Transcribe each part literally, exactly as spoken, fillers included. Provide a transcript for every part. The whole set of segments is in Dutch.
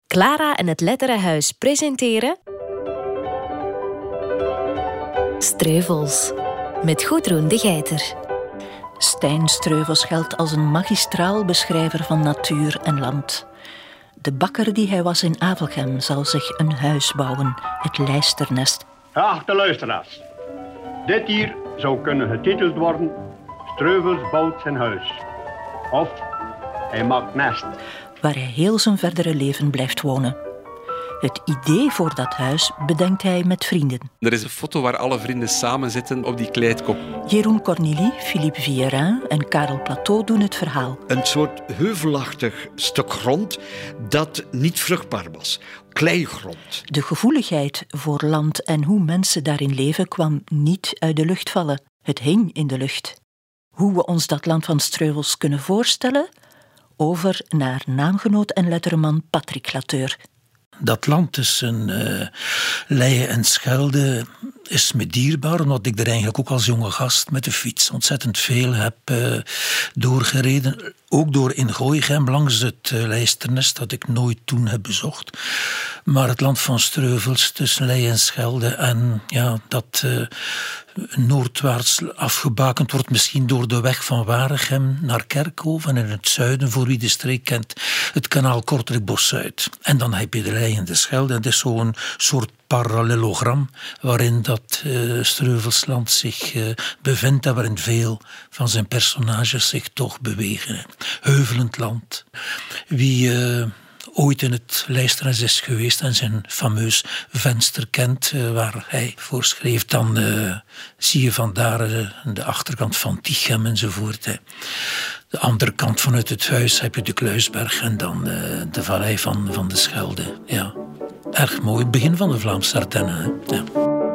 Clara en het Letterenhuis presenteren Streuvels met Gudrun de Geiter. Stijn Streuvels geldt als een magistraal beschrijver van natuur en land. De bakker die hij was in Avelgem zal zich een huis bouwen, het Lijsternest. Geachte luisteraars, dit hier zou kunnen getiteld worden Streuvels bouwt zijn huis. Of hij maakt nest. Waar hij heel zijn verdere leven blijft wonen. Het idee voor dat huis bedenkt hij met vrienden. Er is een foto waar alle vrienden samen zitten op die kleedkop. Jeroen Cornili, Philippe Vierin en Karel Plateau doen het verhaal. Een soort heuvelachtig stuk grond dat niet vruchtbaar was. Kleigrond. De gevoeligheid voor land en hoe mensen daarin leven kwam niet uit de lucht vallen. Het hing in de lucht. Hoe we ons dat land van Streuvels kunnen voorstellen? Over naar naamgenoot en letterman Patrick Lateur. Dat land tussen uh, Leie en Schelde is me dierbaar, omdat ik er eigenlijk ook als jonge gast met de fiets ontzettend veel heb uh, doorgereden. Ook door in Gooichem langs het uh, Lijsternest, dat ik nooit toen heb bezocht. Maar het land van Streuvels tussen Leie en Schelde en ja, dat uh, noordwaarts afgebakend wordt misschien door de weg van Waregem naar Kerkhoven en in het zuiden, voor wie de streek kent, het kanaal Kortrijk-Bos-Zuid. En dan heb je de Leie en de Schelde. Het is zo'n soort parallelogram waarin dat uh, Streuvelsland zich uh, bevindt en waarin veel van zijn personages zich toch bewegen. Heuvelend land. Wie uh, ooit in het Lijsternest is geweest en zijn fameus venster kent, uh, waar hij voor schreef, dan uh, zie je vandaar uh, de achterkant van Tichem enzovoort. Hè. De andere kant vanuit het huis heb je de Kluisberg en dan uh, de vallei van, van de Schelde. Ja. Erg mooi, het begin van de Vlaamse Ardennen. Hè. Ja.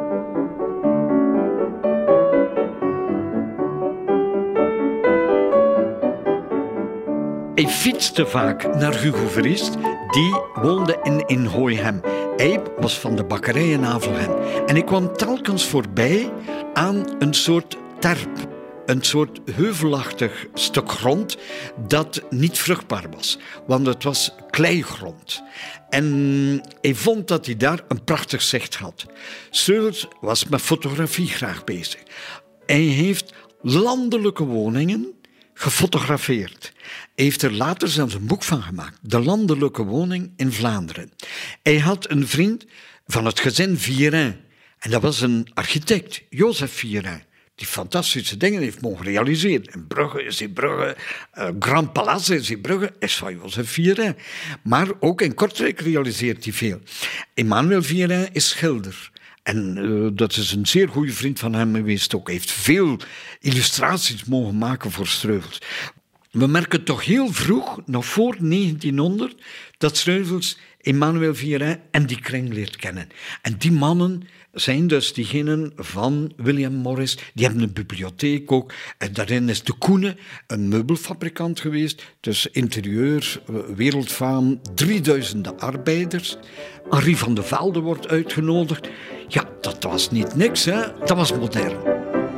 Hij fietste vaak naar Hugo Verriest, die woonde in, in Gooichem. Hij was van de bakkerij in Avelgem. En ik kwam telkens voorbij aan een soort terp. Een soort heuvelachtig stuk grond dat niet vruchtbaar was. Want het was kleigrond. En hij vond dat hij daar een prachtig zicht had. Streuvels was met fotografie graag bezig. Hij heeft landelijke woningen gefotografeerd. Hij heeft er later zelfs een boek van gemaakt. De landelijke woning in Vlaanderen. Hij had een vriend van het gezin Vierin. En dat was een architect, Joseph Vierin. Die fantastische dingen heeft mogen realiseren. In Brugge is die Brugge, uh, Grand Palace is die Brugge, is van Joseph Vierin. Maar ook in Kortrijk realiseert hij veel. Emmanuel Vierin is schilder. En uh, dat is een zeer goede vriend van hem geweest ook. Hij heeft veel illustraties mogen maken voor Streuvels. We merken toch heel vroeg, nog voor negentienhonderd, dat Streuvels Emmanuel Vierin en die kring leert kennen. En die mannen zijn dus diegenen van William Morris. Die hebben een bibliotheek ook. En daarin is de Koene, een meubelfabrikant geweest. Dus interieur, wereldfaam, drieduizenden arbeiders. Henri van de Velde wordt uitgenodigd. Ja, dat was niet niks, hè. Dat was modern.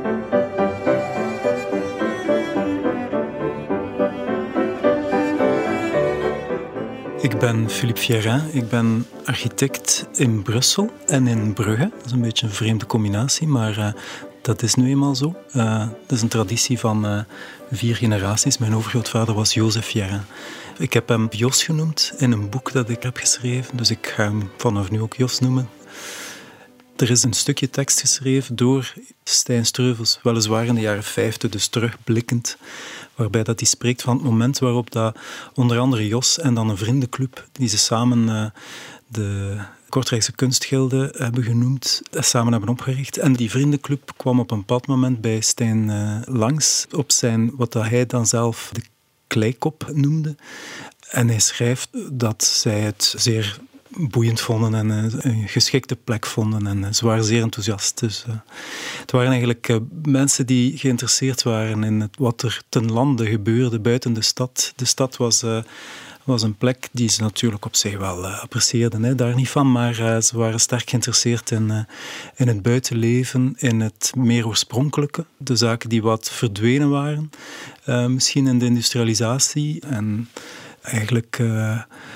Ik ben Philippe Vierin, ik ben architect in Brussel en in Brugge. Dat is een beetje een vreemde combinatie, maar uh, dat is nu eenmaal zo. Uh, dat is een traditie van uh, vier generaties. Mijn overgrootvader was Joseph Vierin. Ik heb hem Jos genoemd in een boek dat ik heb geschreven, dus ik ga hem vanaf nu ook Jos noemen. Er is een stukje tekst geschreven door Stijn Streuvels, weliswaar in de jaren vijftig, dus terugblikkend, waarbij dat hij spreekt van het moment waarop dat onder andere Jos en dan een vriendenclub, die ze samen uh, de Kortrijkse Kunstgilde hebben genoemd, samen hebben opgericht. En die vriendenclub kwam op een bepaald moment bij Stijn uh, langs op zijn, wat dat hij dan zelf de kleikop noemde. En hij schrijft dat zij het zeer boeiend vonden en een geschikte plek vonden. En ze waren zeer enthousiast. Dus, uh, het waren eigenlijk uh, mensen die geïnteresseerd waren in het, wat er ten lande gebeurde buiten de stad. De stad was, uh, was een plek die ze natuurlijk op zich wel uh, apprecieerden, hè, daar niet van, maar uh, ze waren sterk geïnteresseerd in, uh, in het buitenleven, in het meer oorspronkelijke, de zaken die wat verdwenen waren, uh, misschien in de industrialisatie. En eigenlijk Uh,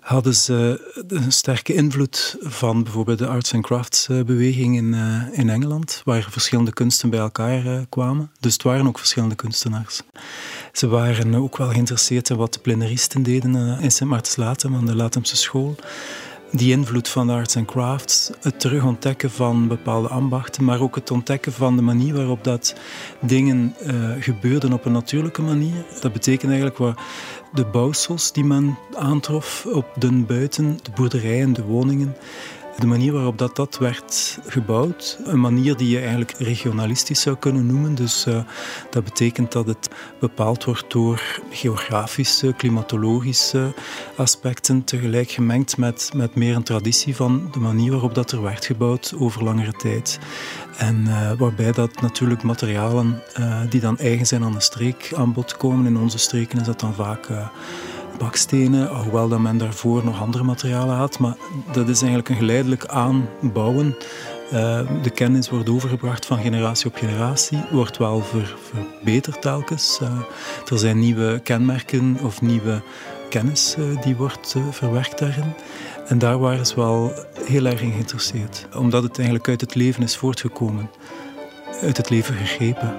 hadden ze een sterke invloed van bijvoorbeeld de arts and crafts beweging in, uh, in Engeland, waar verschillende kunsten bij elkaar uh, kwamen. Dus het waren ook verschillende kunstenaars. Ze waren ook wel geïnteresseerd in wat de pleneristen deden uh, in Sint Maartens-Latem, aan de Latemse school. Die invloed van de arts and crafts, het terugontdekken van bepaalde ambachten, maar ook het ontdekken van de manier waarop dat dingen uh, gebeurden op een natuurlijke manier. Dat betekent eigenlijk wat de bouwsels die men aantrof op de buiten, de boerderijen, de woningen. De manier waarop dat, dat werd gebouwd, een manier die je eigenlijk regionalistisch zou kunnen noemen. Dus uh, dat betekent dat het bepaald wordt door geografische, klimatologische aspecten, tegelijk gemengd met, met meer een traditie van de manier waarop dat er werd gebouwd over langere tijd. En uh, waarbij dat natuurlijk materialen uh, die dan eigen zijn aan de streek aan bod komen. In onze streken is dat dan vaak Uh, bakstenen, hoewel dat men daarvoor nog andere materialen had. Maar dat is eigenlijk een geleidelijk aanbouwen. Uh, de kennis wordt overgebracht van generatie op generatie, wordt wel ver, verbeterd telkens. Uh, er zijn nieuwe kenmerken of nieuwe kennis uh, die wordt uh, verwerkt daarin. En daar waren ze wel heel erg in geïnteresseerd. Omdat het eigenlijk uit het leven is voortgekomen. Uit het leven gegrepen.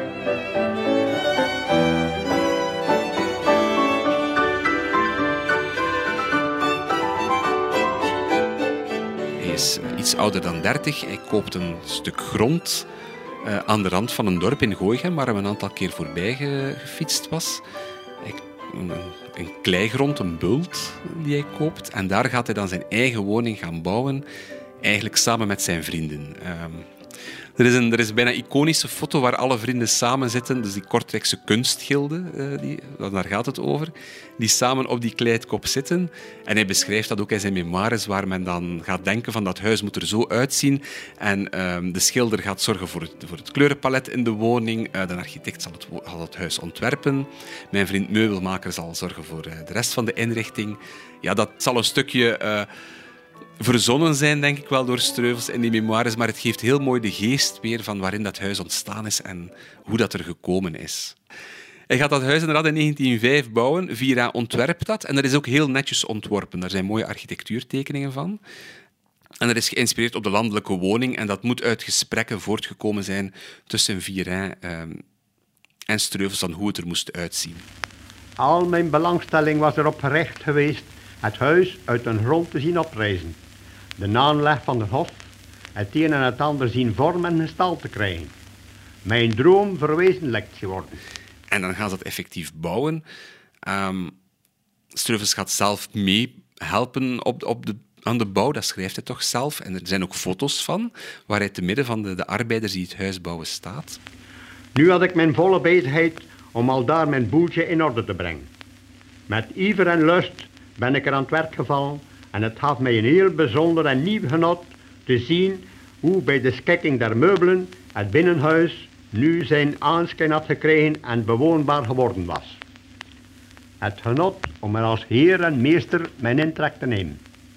Is iets ouder dan dertig. Hij koopt een stuk grond uh, aan de rand van een dorp in Gooichem, waar hij een aantal keer voorbij ge, gefietst was. Hij, een, een kleigrond, een bult die hij koopt. En daar gaat hij dan zijn eigen woning gaan bouwen, eigenlijk samen met zijn vrienden. Um, Er is, een, er is een bijna iconische foto waar alle vrienden samen zitten, dus die Kortrijkse kunstgilde, uh, die, daar gaat het over, die samen op die kleidkop zitten. En hij beschrijft dat ook in zijn memoires, waar men dan gaat denken van dat huis moet er zo uitzien. En um, de schilder gaat zorgen voor het, voor het kleurenpalet in de woning. Uh, de architect zal het, zal het huis ontwerpen. Mijn vriend meubelmaker zal zorgen voor uh, de rest van de inrichting. Ja, dat zal een stukje Uh, verzonnen zijn, denk ik wel, door Streuvels in die memoires, maar het geeft heel mooi de geest weer van waarin dat huis ontstaan is en hoe dat er gekomen is. Hij gaat dat huis inderdaad in negentien vijf bouwen. Vira ontwerpt dat en dat is ook heel netjes ontworpen. Daar zijn mooie architectuurtekeningen van. En dat is geïnspireerd op de landelijke woning en dat moet uit gesprekken voortgekomen zijn tussen Virin um, en Streuvels van hoe het er moest uitzien. Al mijn belangstelling was erop gericht geweest het huis uit een grond te zien oprijzen, de aanleg van de hof, het een en het ander zien vorm en gestalte krijgen. Mijn droom verwezenlijkt geworden. En dan gaan ze dat effectief bouwen. Um, Streuvels gaat zelf meehelpen op, op de, aan de bouw, dat schrijft hij toch zelf. En er zijn ook foto's van, waar hij te midden van de, de arbeiders die het huis bouwen staat. Nu had ik mijn volle bezigheid om al daar mijn boeltje in orde te brengen. Met ijver en lust ben ik er aan het werk gevallen en het gaf mij een heel bijzonder en nieuw genot te zien hoe bij de schikking der meubelen het binnenhuis nu zijn aanschijn had gekregen en bewoonbaar geworden was. Het genot om er als heer en meester mijn intrek te nemen.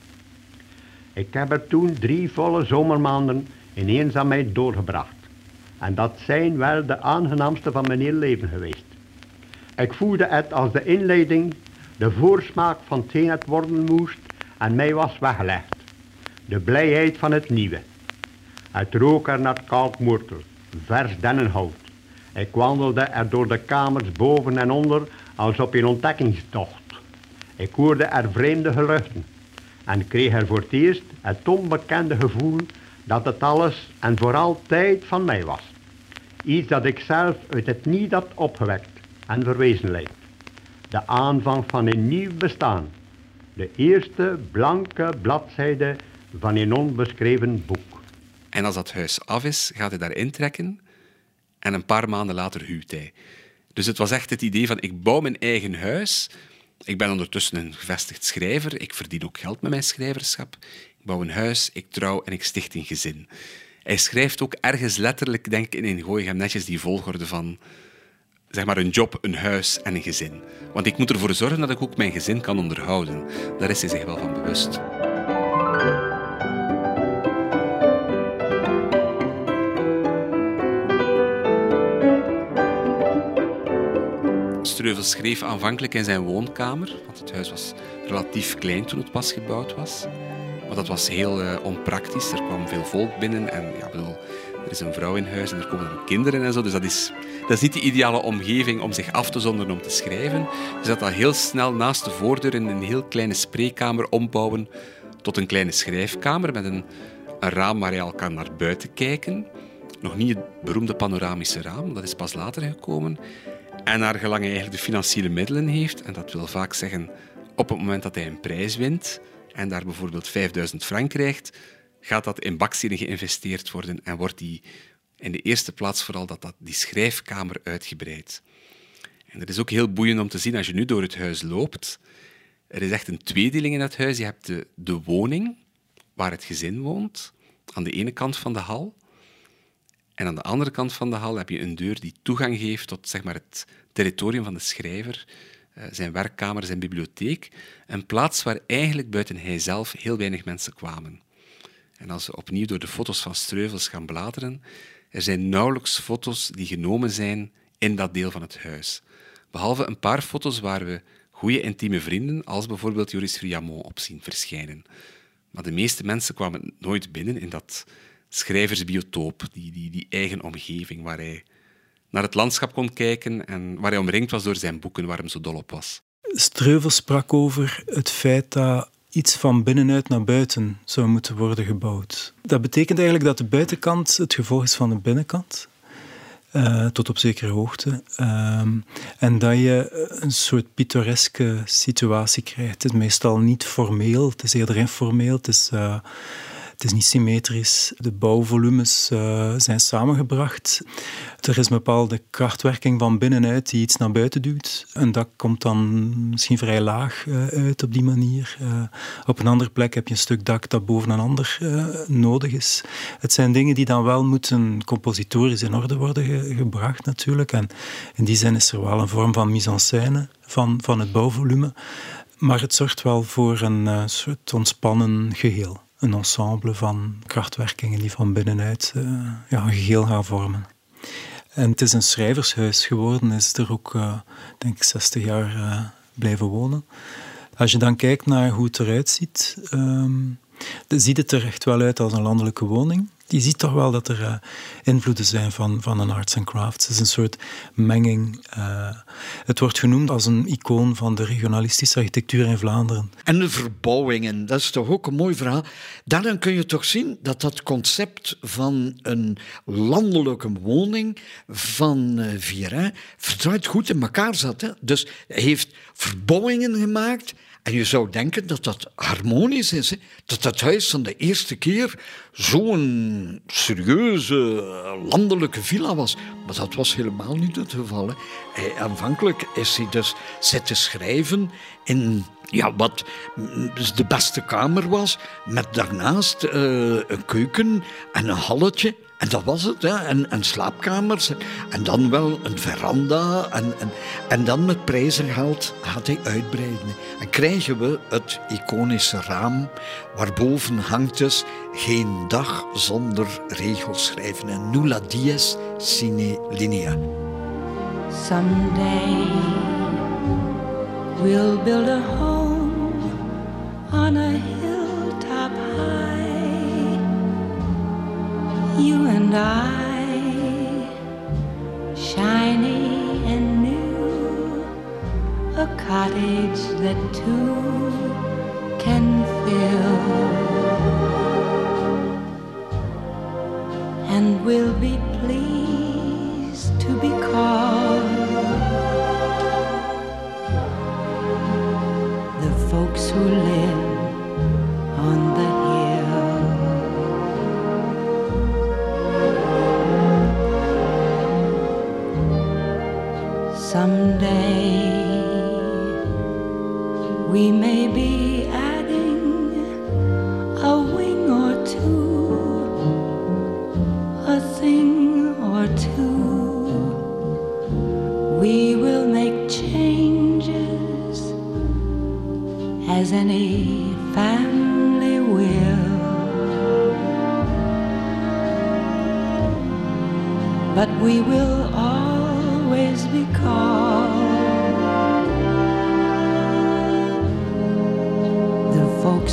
Ik heb er toen drie volle zomermaanden in eenzaamheid doorgebracht en dat zijn wel de aangenaamste van mijn heel leven geweest. Ik voelde het als de inleiding, de voorsmaak van hetgeen het worden moest en mij was weggelegd. De blijheid van het nieuwe. Het rook er naar kalkmoertel, vers dennenhout. Ik wandelde er door de kamers boven en onder als op een ontdekkingstocht. Ik hoorde er vreemde geluchten en kreeg er voor het eerst het onbekende gevoel dat het alles en voor altijd van mij was. Iets dat ik zelf uit het niet had opgewekt en verwezenlijkt. De aanvang van een nieuw bestaan. De eerste blanke bladzijde van een onbeschreven boek. En als dat huis af is, gaat hij daar intrekken en een paar maanden later huwt hij. Dus het was echt het idee van, ik bouw mijn eigen huis. Ik ben ondertussen een gevestigd schrijver. Ik verdien ook geld met mijn schrijverschap. Ik bouw een huis, ik trouw en ik sticht een gezin. Hij schrijft ook ergens letterlijk, denk ik, in Gooichem netjes die volgorde van, zeg maar, een job, een huis en een gezin. Want ik moet ervoor zorgen dat ik ook mijn gezin kan onderhouden. Daar is hij zich wel van bewust. Streuvels schreef aanvankelijk in zijn woonkamer, want het huis was relatief klein toen het pas gebouwd was. Maar dat was heel uh, onpraktisch. Er kwam veel volk binnen en ja, bedoel, er is een vrouw in huis en er komen ook kinderen en zo. Dus dat is, dat is niet de ideale omgeving om zich af te zonderen om te schrijven. Dus dat dat heel snel naast de voordeur in een heel kleine spreekkamer ombouwen tot een kleine schrijfkamer met een, een raam waar je al kan naar buiten kijken. Nog niet het beroemde panoramische raam, dat is pas later gekomen. En naar gelang hij eigenlijk de financiële middelen heeft, en dat wil vaak zeggen op het moment dat hij een prijs wint en daar bijvoorbeeld vijfduizend frank krijgt, gaat dat in bakstenen geïnvesteerd worden en wordt die in de eerste plaats vooral dat, dat die schrijfkamer uitgebreid. En dat is ook heel boeiend om te zien als je nu door het huis loopt. Er is echt een tweedeling in het huis. Je hebt de, de woning, waar het gezin woont, aan de ene kant van de hal. En aan de andere kant van de hal heb je een deur die toegang geeft tot zeg maar, het territorium van de schrijver, zijn werkkamer, zijn bibliotheek. Een plaats waar eigenlijk buiten hij zelf heel weinig mensen kwamen. En als we opnieuw door de foto's van Streuvels gaan bladeren, er zijn nauwelijks foto's die genomen zijn in dat deel van het huis. Behalve een paar foto's waar we goede intieme vrienden, als bijvoorbeeld Joris Friamont, op zien verschijnen. Maar de meeste mensen kwamen nooit binnen in dat schrijversbiotoop, die, die, die eigen omgeving, waar hij naar het landschap kon kijken en waar hij omringd was door zijn boeken, waar hij zo dol op was. Streuvels sprak over het feit dat iets van binnenuit naar buiten zou moeten worden gebouwd. Dat betekent eigenlijk dat de buitenkant het gevolg is van de binnenkant. Uh, tot op zekere hoogte. Uh, en dat je een soort pittoreske situatie krijgt. Het is meestal niet formeel, het is eerder informeel. Het is, uh, het is niet symmetrisch. De bouwvolumes uh, zijn samengebracht. Er is een bepaalde krachtwerking van binnenuit die iets naar buiten duwt. En dat komt dan misschien vrij laag uh, uit op die manier. Uh, op een andere plek heb je een stuk dak dat boven een ander uh, nodig is. Het zijn dingen die dan wel moeten compositorisch in orde worden ge- gebracht natuurlijk. En in die zin is er wel een vorm van mise-en-scène van, van het bouwvolume. Maar het zorgt wel voor een uh, soort ontspannen geheel. Een ensemble van krachtwerkingen die van binnenuit uh, ja, een geheel gaan vormen. En het is een schrijvershuis geworden, is er ook, uh, denk ik, zestig jaar uh, blijven wonen. Als je dan kijkt naar hoe het eruit ziet, um, dan ziet het er echt wel uit als een landelijke woning. Je ziet toch wel dat er uh, invloeden zijn van, van een arts and crafts. Het is een soort menging. Uh, het wordt genoemd als een icoon van de regionalistische architectuur in Vlaanderen. En de verbouwingen, dat is toch ook een mooi verhaal. Daarin kun je toch zien dat dat concept van een landelijke woning van uh, Vierain vertrouwd goed in elkaar zat. Hè? Dus hij heeft verbouwingen gemaakt. En je zou denken dat dat harmonisch is. Hè? Dat dat huis van de eerste keer zo'n serieuze landelijke villa was. Maar dat was helemaal niet het geval. Hè? Hij, aanvankelijk is hij dus zitten schrijven in ja, wat de beste kamer was, met daarnaast uh, een keuken en een halletje. En dat was het, hè. En, en slaapkamers. En dan wel een veranda. En, en, en dan met prijzengeld gaat hij uitbreiden. En krijgen we het iconische raam, waarboven hangt dus geen dag zonder regels schrijven. En nulla dies sine linea. Someday we'll build a home on a hilltop high. You and I, shiny and new, a cottage that two can fill, and we'll be pleased to be called the folks who live on the hill. Someday we may be adding a wing or two, a thing or two. We will make changes as any family will, but we will always be called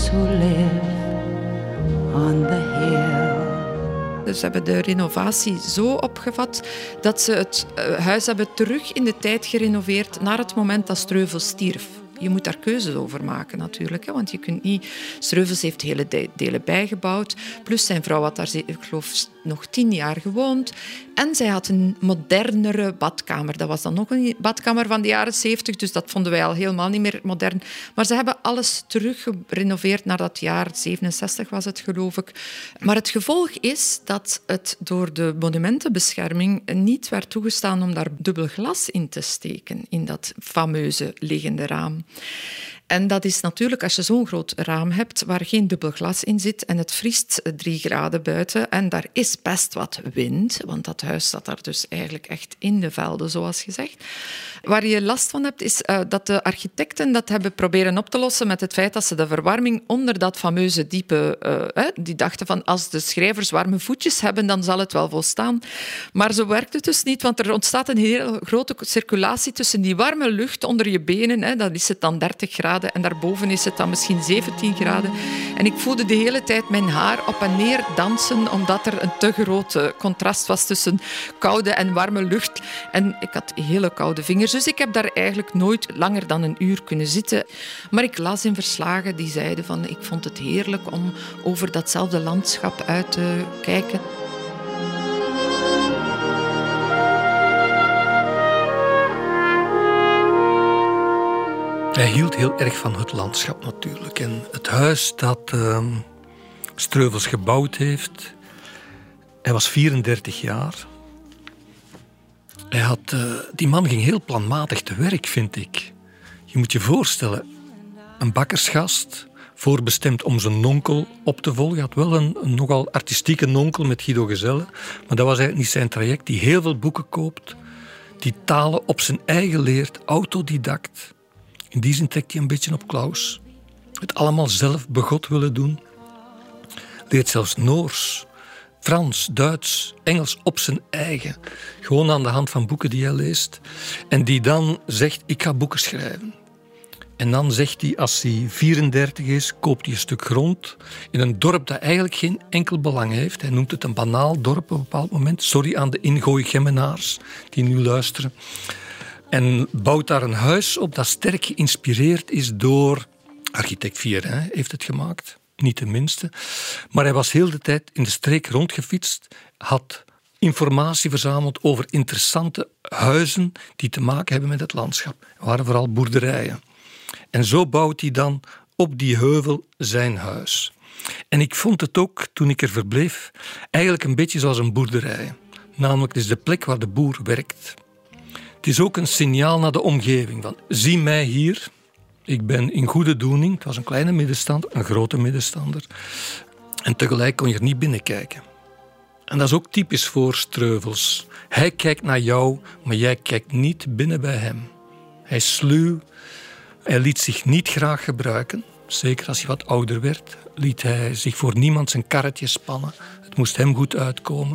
those who live on the hill. Dus ze hebben de renovatie zo opgevat dat ze het uh, huis hebben terug in de tijd gerenoveerd naar het moment dat Streuvels stierf. Je moet daar keuzes over maken natuurlijk, hè, want je kunt niet... Streuvels heeft hele de- delen bijgebouwd, plus zijn vrouw had daar, ik geloof, nog tien jaar gewoond. En zij had een modernere badkamer. Dat was dan nog een badkamer van de jaren zeventig, dus dat vonden wij al helemaal niet meer modern. Maar ze hebben alles teruggerenoveerd naar dat jaar zevenenzestig was het, geloof ik. Maar het gevolg is dat het door de monumentenbescherming niet werd toegestaan om daar dubbel glas in te steken, in dat fameuze liggende raam. En dat is natuurlijk, als je zo'n groot raam hebt waar geen dubbel glas in zit en het vriest drie graden buiten en daar is best wat wind, want dat huis zat daar dus eigenlijk echt in de velden, zoals gezegd. Waar je last van hebt, is uh, dat de architecten dat hebben proberen op te lossen met het feit dat ze de verwarming onder dat fameuze diepe... Uh, eh, die dachten van, als de schrijvers warme voetjes hebben, dan zal het wel volstaan. Maar zo werkt het dus niet, want er ontstaat een hele grote circulatie tussen die warme lucht onder je benen. Hè, dat is het dan dertig graden en daarboven is het dan misschien zeventien graden. En ik voelde de hele tijd mijn haar op en neer dansen, omdat er een te groot contrast was tussen koude en warme lucht. En ik had hele koude vingers. Dus ik heb daar eigenlijk nooit langer dan een uur kunnen zitten. Maar ik las in verslagen die zeiden van ik vond het heerlijk om over datzelfde landschap uit te kijken. Hij hield heel erg van het landschap natuurlijk. En het huis dat uh, Streuvels gebouwd heeft, hij was vierendertig jaar. Hij had, uh, die man ging heel planmatig te werk, vind ik. Je moet je voorstellen, een bakkersgast, voorbestemd om zijn nonkel op te volgen. Hij had wel een, een nogal artistieke nonkel met Guido Gezelle, maar dat was eigenlijk niet zijn traject. Die heel veel boeken koopt, die talen op zijn eigen leert, autodidact. In die zin trekt hij een beetje op Klaus. Het allemaal zelf begot willen doen. Leert zelfs Noors, Frans, Duits, Engels op zijn eigen. Gewoon aan de hand van boeken die hij leest. En die dan zegt, ik ga boeken schrijven. En dan zegt hij, als hij vierendertig is, koopt hij een stuk grond in een dorp dat eigenlijk geen enkel belang heeft. Hij noemt het een banaal dorp op een bepaald moment. Sorry aan de Ingooi-Gemmenaars die nu luisteren. En bouwt daar een huis op dat sterk geïnspireerd is door... Architect Vierin heeft het gemaakt, niet de minste. Maar hij was heel de tijd in de streek rondgefietst, had informatie verzameld over interessante huizen die te maken hebben met het landschap. Het waren vooral boerderijen. En zo bouwt hij dan op die heuvel zijn huis. En ik vond het ook, toen ik er verbleef, eigenlijk een beetje zoals een boerderij. Namelijk, het is de plek waar de boer werkt. Het is ook een signaal naar de omgeving. Van, zie mij hier, ik ben in goede doening. Het was een kleine middenstander, een grote middenstander. En tegelijk kon je er niet binnenkijken. En dat is ook typisch voor Streuvels. Hij kijkt naar jou, maar jij kijkt niet binnen bij hem. Hij is sluw. Hij liet zich niet graag gebruiken. Zeker als hij wat ouder werd, liet hij zich voor niemand zijn karretje spannen. Het moest hem goed uitkomen.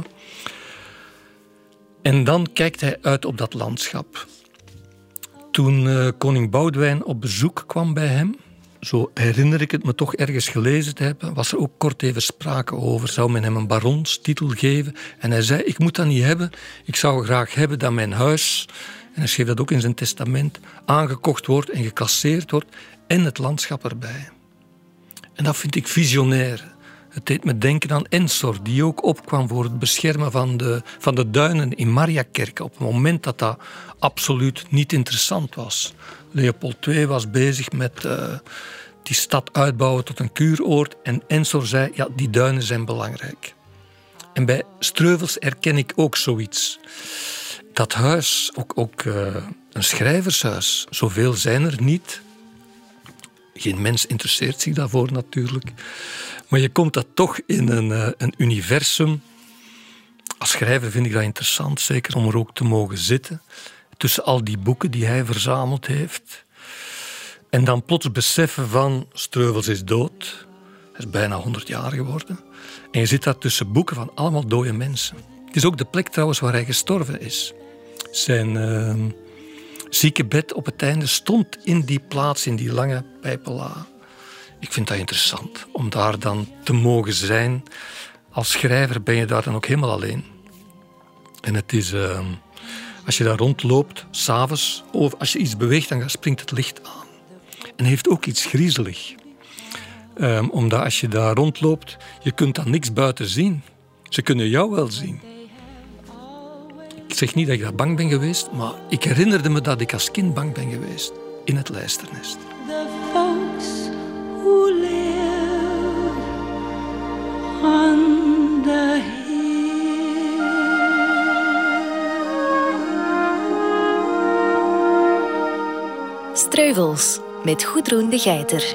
En dan kijkt hij uit op dat landschap. Toen uh, koning Boudewijn op bezoek kwam bij hem, zo herinner ik het me toch ergens gelezen te hebben, was er ook kort even sprake over. Zou men hem een baronstitel geven? En hij zei, ik moet dat niet hebben. Ik zou graag hebben dat mijn huis, en hij schreef dat ook in zijn testament, aangekocht wordt en gecasseerd wordt en het landschap erbij. En dat vind ik visionair. Het deed me denken aan Ensor, die ook opkwam voor het beschermen van de, van de duinen in Mariakerke, op het moment dat dat absoluut niet interessant was. Leopold de Tweede was bezig met uh, die stad uitbouwen tot een kuuroord en Ensor zei, ja, die duinen zijn belangrijk. En bij Streuvels herken ik ook zoiets. Dat huis, ook, ook uh, een schrijvershuis, zoveel zijn er niet. Geen mens interesseert zich daarvoor natuurlijk. Maar je komt dat toch in een, uh, een universum. Als schrijver vind ik dat interessant, zeker om er ook te mogen zitten. Tussen al die boeken die hij verzameld heeft. En dan plots beseffen van, Streuvels is dood. Hij is bijna honderd jaar geworden. En je zit daar tussen boeken van allemaal dode mensen. Het is ook de plek trouwens waar hij gestorven is. Zijn uh, ziekenbed op het einde stond in die plaats, in die lange Pijpela. Ik vind dat interessant, om daar dan te mogen zijn. Als schrijver ben je daar dan ook helemaal alleen. En het is, uh, als je daar rondloopt, 's avonds, of als je iets beweegt, dan springt het licht aan. En heeft ook iets griezelig. Um, omdat als je daar rondloopt, je kunt dan niks buiten zien. Ze kunnen jou wel zien. Ik zeg niet dat ik daar bang ben geweest, maar ik herinnerde me dat ik als kind bang ben geweest in het lijsternest. The folks who live on the hill. Streuvels met Gudrun de Geiter.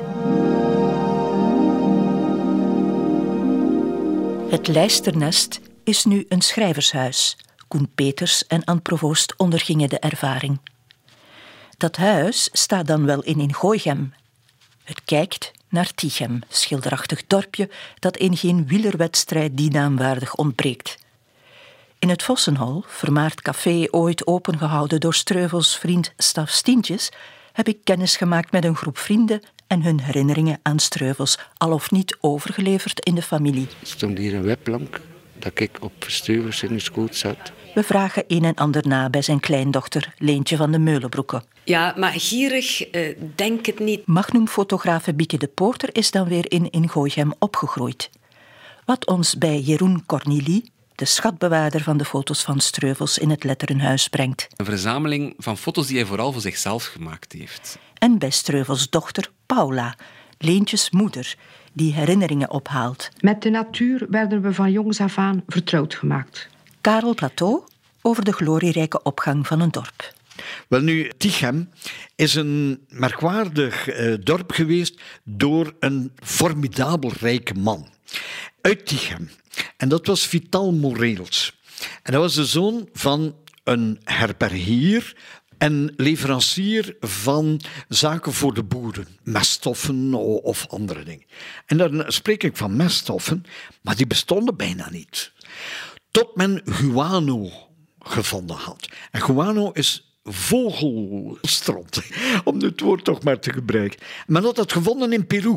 Het lijsternest is nu een schrijvershuis. Koen Peters en Anne Provoost ondergingen de ervaring. Dat huis staat dan wel in in Gooichem. Het kijkt naar Tichem, schilderachtig dorpje dat in geen wielerwedstrijd die naam waardig ontbreekt. In het Vossenhol, vermaard café ooit opengehouden door Streuvels vriend Staf Stientjes, heb ik kennis gemaakt met een groep vrienden en hun herinneringen aan Streuvels, al of niet overgeleverd in de familie. Er stond hier een webplank dat ik op Streuvels in de schoot zat. We vragen een en ander na bij zijn kleindochter Leentje van de Meulenbroeke. Ja, maar gierig, uh, denk het niet. Magnumfotografe Bieke de Poorter is dan weer in in Gooichem opgegroeid. Wat ons bij Jeroen Cornelie, de schatbewaarder van de foto's van Streuvels, in het Letterenhuis brengt. Een verzameling van foto's die hij vooral voor zichzelf gemaakt heeft. En bij Streuvels dochter Paula, Leentjes moeder, die herinneringen ophaalt. Met de natuur werden we van jongs af aan vertrouwd gemaakt. Karel Plateau over de glorierijke opgang van een dorp. Wel nu, Tichem is een merkwaardig uh, dorp geweest door een formidabel rijke man. Uit Tichem. En dat was Vital Moreels. En dat was de zoon van een herbergier en leverancier van zaken voor de boeren. Meststoffen of andere dingen. En dan spreek ik van meststoffen, maar die bestonden bijna niet. Tot men guano gevonden had. En guano is vogelstront, om het woord toch maar te gebruiken. Men had dat gevonden in Peru.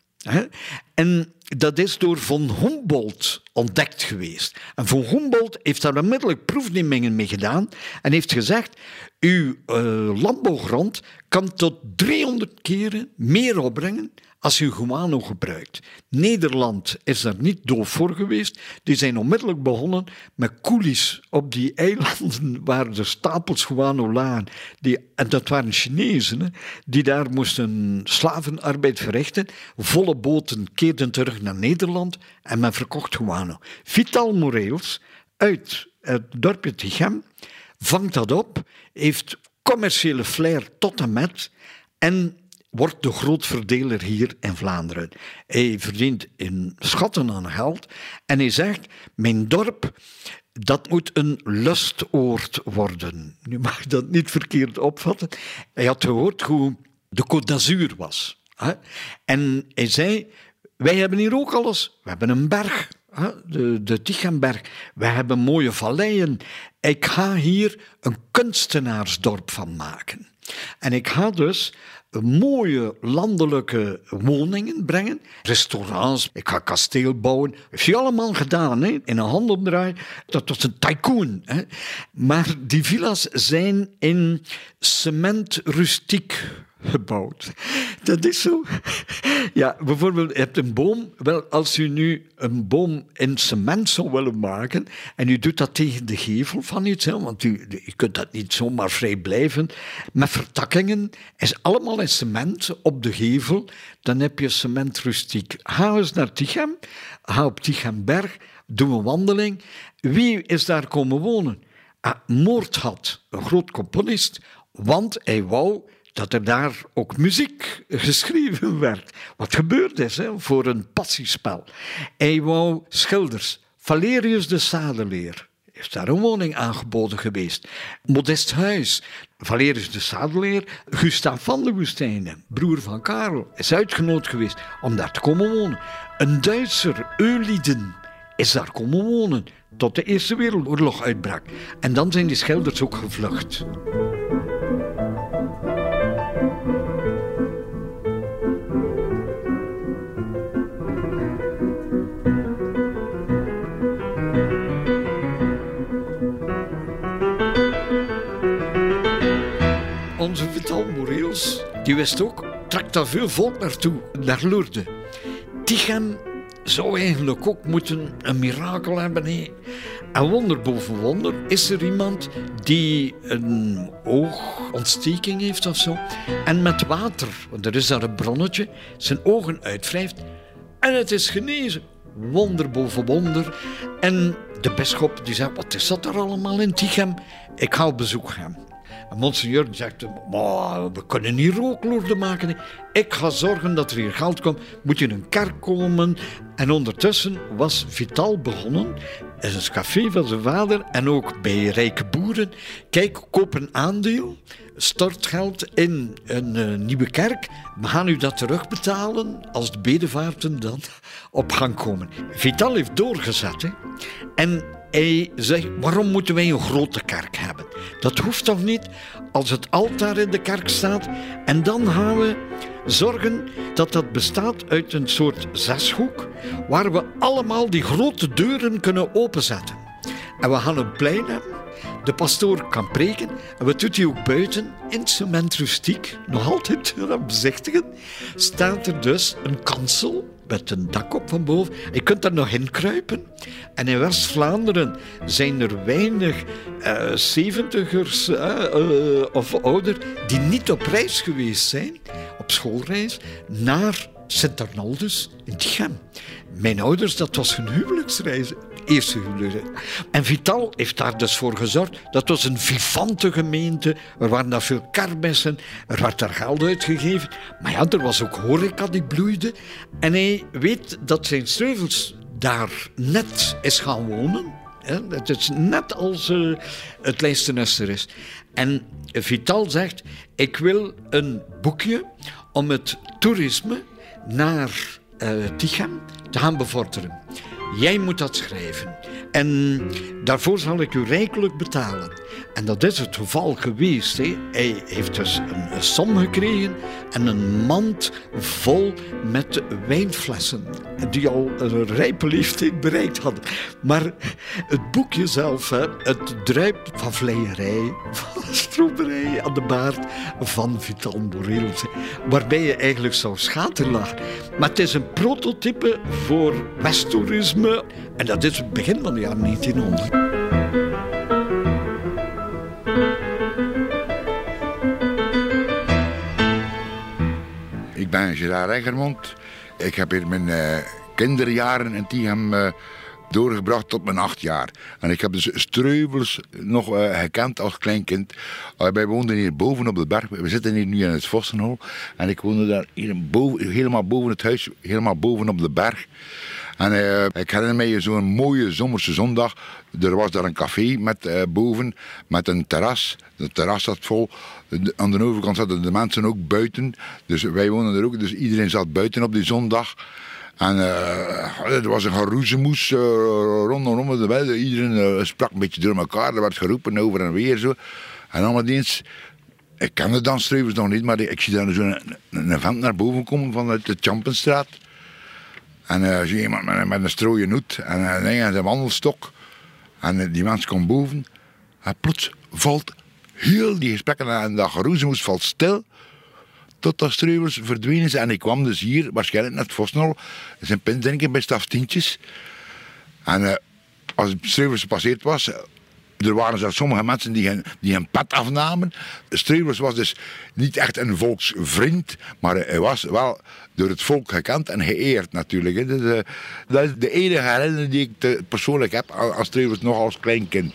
En dat is door Von Humboldt ontdekt geweest. En Von Humboldt heeft daar onmiddellijk proefnemingen mee gedaan en heeft gezegd, uw uh, landbouwgrond kan tot driehonderd keren meer opbrengen als u guano gebruikt. Nederland is daar niet doof voor geweest. Die zijn onmiddellijk begonnen met koelies op die eilanden waar de stapels guano lagen. Die, en dat waren Chinezen, hè, die daar moesten slavenarbeid verrichten. Volle boten keerden terug naar Nederland en men verkocht guano. Vital Moreels uit het dorpje Tichem vangt dat op, heeft commerciële flair tot en met en wordt de grootverdeler hier in Vlaanderen. Hij verdient in schatten aan geld en hij zegt, mijn dorp, dat moet een lustoord worden. Nu mag ik dat niet verkeerd opvatten. Hij had gehoord hoe de Côte d'Azur was. Hè? En hij zei, wij hebben hier ook alles. We hebben een berg, hè? de, de Tichemberg. We hebben mooie valleien. Ik ga hier een kunstenaarsdorp van maken. En ik ga dus mooie landelijke woningen brengen, restaurants, ik ga kasteel bouwen. Dat heeft hij allemaal gedaan, hè? In een handomdraai. Dat was een tycoon. Hè? Maar die villa's zijn in cement rustiek gebouwd. Dat is zo. Ja, bijvoorbeeld, je hebt een boom. Wel, als u nu een boom in cement zou willen maken en u doet dat tegen de gevel van iets, hè, want u, u kunt dat niet zomaar vrij blijven, met vertakkingen, is allemaal in cement op de gevel, dan heb je cement rustiek. Ga eens naar Tichem, ga op Tichemberg, doe een wandeling. Wie is daar komen wonen? Ah, Moordhat, een groot componist, want hij wou dat er daar ook muziek geschreven werd. Wat gebeurd is, hè, voor een passiespel. Hij wou schilders. Valerius de Sadeleer is daar een woning aangeboden geweest. Modest Huis. Valerius de Sadeleer. Gustav van de Woestijnen, broer van Karel, is uitgenodigd geweest om daar te komen wonen. Een Duitser, Euliden, is daar komen wonen tot de Eerste Wereldoorlog uitbrak. En dan zijn die schilders ook gevlucht. Streuvels, die wist ook, trekt daar veel volk naartoe, naar Lourdes. Tichem zou eigenlijk ook moeten een mirakel hebben. He. En wonder boven wonder is er iemand die een oogontsteking heeft of zo. En met water, want er is daar een bronnetje, zijn ogen uitwrijft. En het is genezen. Wonder boven wonder. En de bisschop die zegt, wat is dat er allemaal in Tichem? Ik ga op bezoek gaan. En monseigneur zegt, maar we kunnen niet rookloerden maken. Ik ga zorgen dat er hier geld komt. Moet je in een kerk komen. En ondertussen was Vital begonnen. In een café van zijn vader en ook bij rijke boeren. Kijk, koop een aandeel. Stort geld in een uh, nieuwe kerk. We gaan u dat terugbetalen als de bedevaarten dan op gang komen. Vital heeft doorgezet. Hè. En hij zegt, waarom moeten wij een grote kerk hebben? Dat hoeft toch niet als het altaar in de kerk staat. En dan gaan we zorgen dat dat bestaat uit een soort zeshoek waar we allemaal die grote deuren kunnen openzetten. En we gaan een plein hebben. De pastoor kan preken en wat doet hij ook buiten? In cement rustiek, nog altijd aan bezichtigen, staat er dus een kansel met een dak op van boven. Je kunt daar nog in kruipen. En in West-Vlaanderen zijn er weinig uh, zeventigers uh, uh, of ouder die niet op reis geweest zijn, op schoolreis, naar Sint-Arnoldus in Tichem. Mijn ouders, dat was hun huwelijksreis. Eerste huwelijk. En Vital heeft daar dus voor gezorgd. Dat was een vivante gemeente. Er waren daar veel kermissen. Er werd daar geld uitgegeven. Maar ja, er was ook horeca die bloeide. En hij weet dat zijn Streuvels daar net is gaan wonen. Het is net als uh, het lijstenester is. En Vital zegt, ik wil een boekje om het toerisme naar uh, Tichem te gaan bevorderen. Jij moet dat schrijven. En daarvoor zal ik u rijkelijk betalen. En dat is het geval geweest. Hè. Hij heeft dus een, een som gekregen en een mand vol met wijnflessen. Die al een rijpe leeftijd bereikt hadden. Maar het boekje zelf, hè, het druipt van vleierij, van stroperij aan de baard van Vital Borels. Waarbij je eigenlijk zou schaterlachen. Maar het is een prototype voor Westtoerisme. En dat is het begin van de jaren negentienhonderd. Ik ben Gerard Eggermond. Ik heb hier mijn uh, kinderjaren in Tichem uh, doorgebracht tot mijn acht jaar. En ik heb dus Streuvels nog uh, gekend als kleinkind. Uh, wij woonden hier boven op de berg. We zitten hier nu in het Vossenhol. En ik woonde daar hier boven, helemaal boven het huis, helemaal boven op de berg. En uh, ik herinner me zo'n mooie zomerse zondag. Er was daar een café met, uh, boven met een terras. Het terras zat vol. De, aan de overkant zaten de mensen ook buiten. Dus wij woonden er ook. Dus iedereen zat buiten op die zondag. En uh, er was een geroezemoes uh, rondom de weg. Iedereen uh, sprak een beetje door elkaar. Er werd geroepen over en weer zo. En allemaal eens. Ik ken de dansstreuvels nog niet, maar ik zie daar zo'n een, een vent naar boven komen vanuit de Champenstraat. En uh, zie je iemand met, met een strooien hoed en uh, nee, zijn wandelstok. En uh, die mens komt boven. En plots valt heel die gesprekken en dat geroezemoes valt stil. Totdat Streuvels verdwenen is. En ik kwam dus hier, waarschijnlijk naar het Vossenhol. Zijn pint drinken bij Staftientjes. En uh, als Streuvels gepasseerd was, uh, er waren zelfs sommige mensen die een, die een pet afnamen. Streuvels was dus niet echt een volksvriend, maar hij was wel door het volk gekend en geëerd natuurlijk. Hè. Dus, uh, dat is de enige herinnering die ik te, persoonlijk heb als Streuvels nog als klein kind.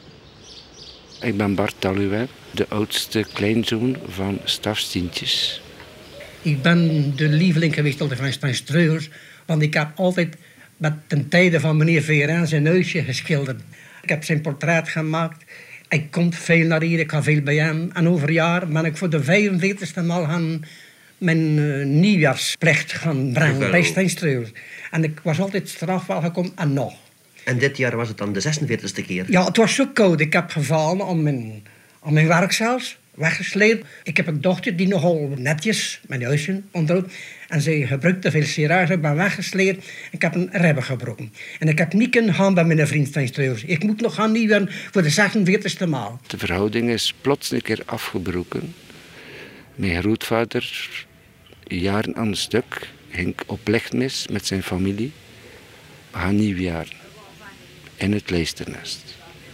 Ik ben Bart Talouet, de oudste kleinzoon van Stafstientjes. Ik ben de lieveling geweest van Stijn Streuvels, want ik heb altijd met ten tijde van meneer Veerijn zijn huisje geschilderd. Ik heb zijn portret gemaakt. Ik kom veel naar hier, ik ga veel bij hem. En over een jaar ben ik voor de vijfenveertigste maal gaan mijn uh, nieuwjaarsplicht gaan brengen Hoeveel? bij Stijn Streuvels. En ik was altijd strafwel gekomen en nog. En dit jaar was het dan de zesenveertigste keer? Ja, het was zo koud. Ik heb gevallen aan mijn, aan mijn werk zelfs, weggesleept. Ik heb een dochter die nogal netjes mijn huisje onderhoudt. En zij gebruikte veel serage. Ik ben weggesleept. Ik heb een ribben gebroken. En ik heb niet kunnen gaan bij mijn vriend Stijn Streuvels. Ik moet nog gaan nieuwen voor de zesenveertigste maal. De verhouding is plots een keer afgebroken. Mijn grootvader, jaren aan een stuk, ging op lichtmis met zijn familie. We gaan nieuwjaar in het lijsternest.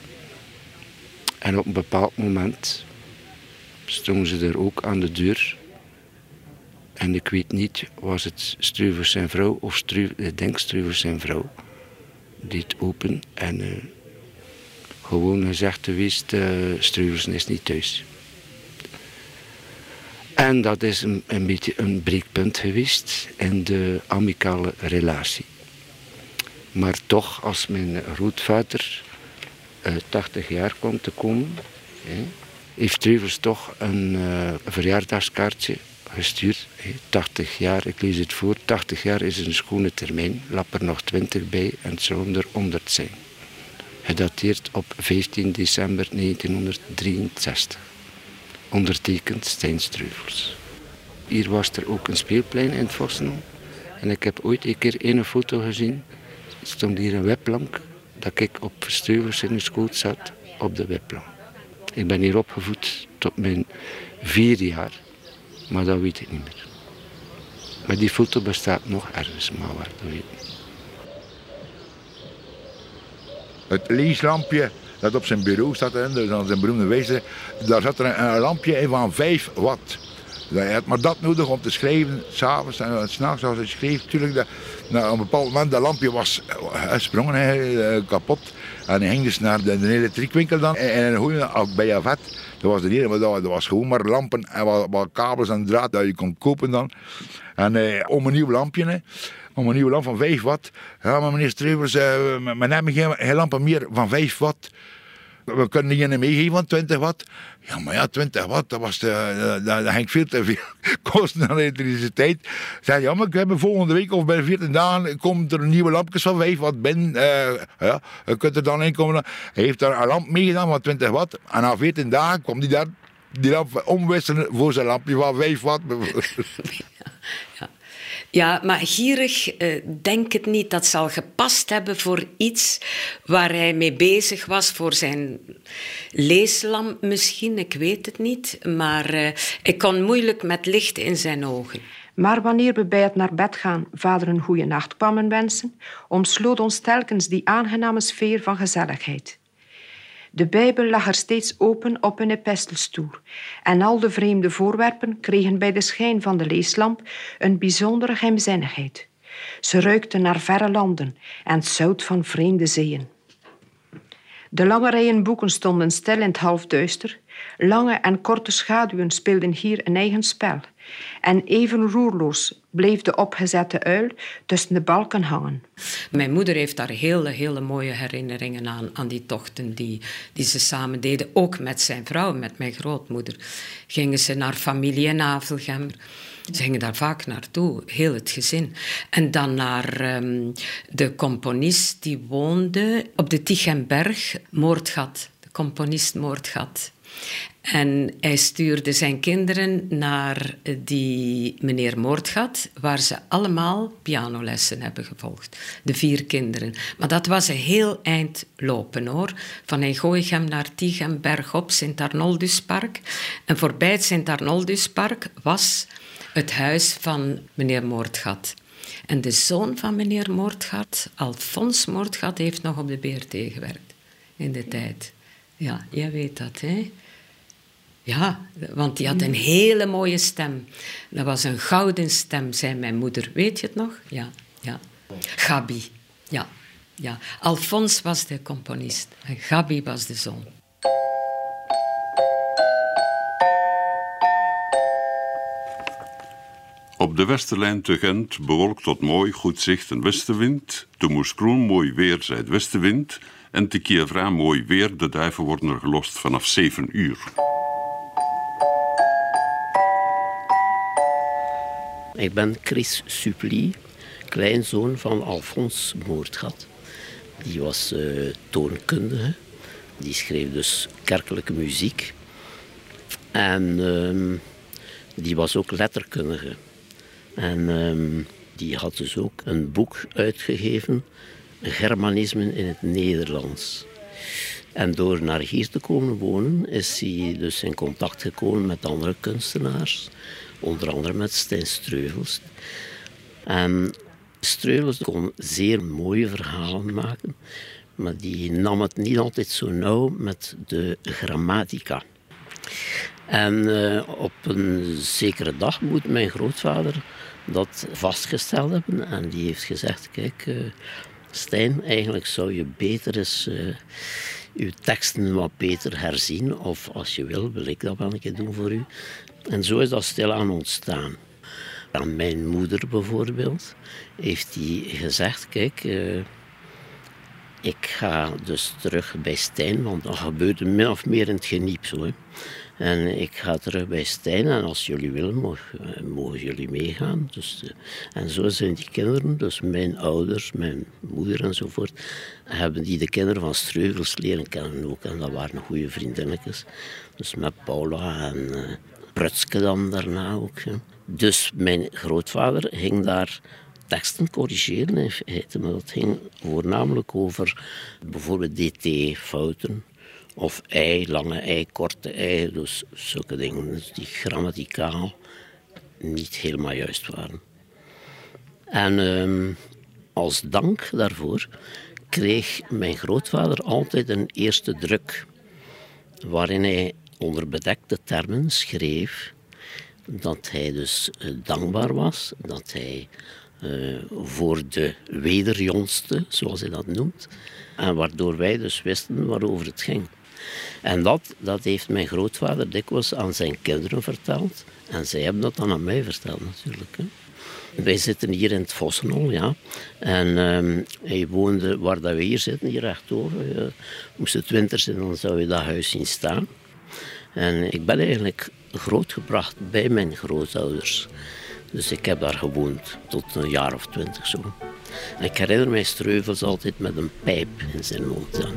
En op een bepaald moment stonden ze er ook aan de deur. En ik weet niet, was het Struivels zijn vrouw of Struivels, ik denk Struivels zijn vrouw. Deed open en uh, gewoon gezegd geweest, uh, Struivels is niet thuis. En dat is een, een beetje een breekpunt geweest in de amicale relatie. Maar toch, als mijn grootvader uh, tachtig jaar kwam te komen, hè, heeft Struivels toch een uh, verjaardagskaartje gestuurd. Hè. tachtig jaar, ik lees het voor, tachtig jaar is een schone termijn, lap er nog twintig bij en het zou er honderd zijn. Gedateerd op vijftien december negentienhonderddrieënzestig. Ondertekend Stijn Struivels. Hier was er ook een speelplein in het Vossenal. En ik heb ooit een keer een foto gezien. Er stond hier een webplank dat ik op Struivels in de schoot zat op de webplank. Ik ben hier opgevoed tot mijn vier jaar. Maar dat weet ik niet meer. Maar die foto bestaat nog ergens, maar waar, dat weet ik niet. Het leeslampje dat op zijn bureau staat, dus aan zijn beroemde wijze, daar zat er een, een lampje in van vijf watt. Hij had maar dat nodig om te schrijven, s'avonds en s'nachts als hij schreef. Natuurlijk, dat, nou, op een bepaald moment dat lampje was gesprongen, hij, kapot. En hij ging dus naar de, de elektriekwinkel dan. En een goeie bij Javet, dat was de enige, maar dat, dat was gewoon maar lampen en wat, wat kabels en draad dat je kon kopen dan. En eh, om een nieuw lampje, hè. Om een nieuwe lamp van vijf watt. Ja, maar meneer Struivels, uh, men hebben geen, geen lampen meer van vijf watt. We kunnen die niet meegeven van twintig watt. Ja, maar ja, twintig watt, dat, was de, dat, dat ging veel te veel kosten aan elektriciteit. Ik zei, ja, maar ik heb volgende week of bij veertien dagen komt er een nieuwe lampjes van vijf watt binnen. Uh, ja, je kunt er dan in komen. Hij heeft daar een lamp meegedaan van twintig watt. En na veertien dagen kwam hij daar die lamp omwisselen voor zijn lampje van vijf watt. Ja, ja. Ja, maar gierig, uh, denk het niet. Dat zal gepast hebben voor iets waar hij mee bezig was. Voor zijn leeslamp misschien, ik weet het niet. Maar uh, ik kon moeilijk met licht in zijn ogen. Maar wanneer we bij het naar bed gaan vader een goeie nacht kwamen wensen, omsloot ons telkens die aangename sfeer van gezelligheid. De Bijbel lag er steeds open op een epistelstoel en al de vreemde voorwerpen kregen bij de schijn van de leeslamp een bijzondere geheimzinnigheid. Ze ruikten naar verre landen en het zout van vreemde zeeën. De lange rijen boeken stonden stil in het halfduister. Lange en korte schaduwen speelden hier een eigen spel. En even roerloos bleef de opgezette uil tussen de balken hangen. Mijn moeder heeft daar hele, hele mooie herinneringen aan, aan die tochten die, die ze samen deden. Ook met zijn vrouw, met mijn grootmoeder. Gingen ze naar familie in Avelgem. Ze gingen daar vaak naartoe, heel het gezin. En dan naar um, de componist die woonde op de Tichenberg, Moordgat. De componist Moordgat. En hij stuurde zijn kinderen naar die meneer Moordgat, waar ze allemaal pianolessen hebben gevolgd. De vier kinderen. Maar dat was een heel eind lopen, hoor. Van Eengoichem naar Tichenberg op Sint-Arnolduspark. En voorbij het Sint-Arnolduspark was het huis van meneer Moordgat. En de zoon van meneer Moordgat, Alfons Moordgat, heeft nog op de B R T gewerkt in de tijd. Ja, jij weet dat, hè? Ja, want die had een hele mooie stem. Dat was een gouden stem, zei mijn moeder. Weet je het nog? Ja, ja. Gabi, ja, ja. Alfons was de componist en Gabi was de zoon. Op de Westerlijn te Gent, bewolkt tot mooi, goed zicht en westenwind. Te Moeskroen mooi weer, zuidwestenwind. En te Kievra mooi weer, de duiven worden er gelost vanaf zeven uur. Ik ben Chris Supplie, kleinzoon van Alfons Moordgat. Die was uh, toonkundige. Die schreef dus kerkelijke muziek. En uh, die was ook letterkundige. En uh, die had dus ook een boek uitgegeven, Germanismen in het Nederlands. En door naar hier te komen wonen is hij dus in contact gekomen met andere kunstenaars. Onder andere met Stijn Streuvels. En Streuvels kon zeer mooie verhalen maken. Maar die nam het niet altijd zo nauw met de grammatica. En uh, op een zekere dag moet mijn grootvader dat vastgesteld hebben. En die heeft gezegd, kijk, uh, Stijn, eigenlijk zou je beter eens uh, uw teksten wat beter herzien. Of als je wil, wil ik dat wel een keer doen voor u. En zo is dat stilaan ontstaan. Aan mijn moeder bijvoorbeeld heeft hij gezegd, kijk, uh, ik ga dus terug bij Stijn, want dat gebeurde min of meer in het geniep zo. Hè. En ik ga terug bij Stijn en als jullie willen, mogen, mogen jullie meegaan. Dus, uh, en zo zijn die kinderen, dus mijn ouders, mijn moeder enzovoort, hebben die de kinderen van Streuvels leren kennen ook. En dat waren goede vriendinnetjes. Dus met Paula en uh, Prutske dan daarna ook. Hè. Dus mijn grootvader ging daar teksten corrigeren in feite, maar dat ging voornamelijk over bijvoorbeeld D T-fouten of ei, lange ei, korte ei, dus zulke dingen die grammaticaal niet helemaal juist waren. En um, als dank daarvoor kreeg mijn grootvader altijd een eerste druk, waarin hij onder bedekte termen schreef dat hij dus dankbaar was, dat hij uh, voor de wederjongste, zoals hij dat noemt, en waardoor wij dus wisten waarover het ging. En dat, dat heeft mijn grootvader dikwijls aan zijn kinderen verteld. En zij hebben dat dan aan mij verteld natuurlijk. Hè. Wij zitten hier in het Vossenhol, ja. En um, hij woonde waar dat we hier zitten, hier rechtdoor. Uh, moest het winter zijn, dan zou je dat huis zien staan. En ik ben eigenlijk grootgebracht bij mijn grootouders. Dus ik heb daar gewoond tot een jaar of twintig zo. En ik herinner mij Streuvels altijd met een pijp in zijn mond. Ja.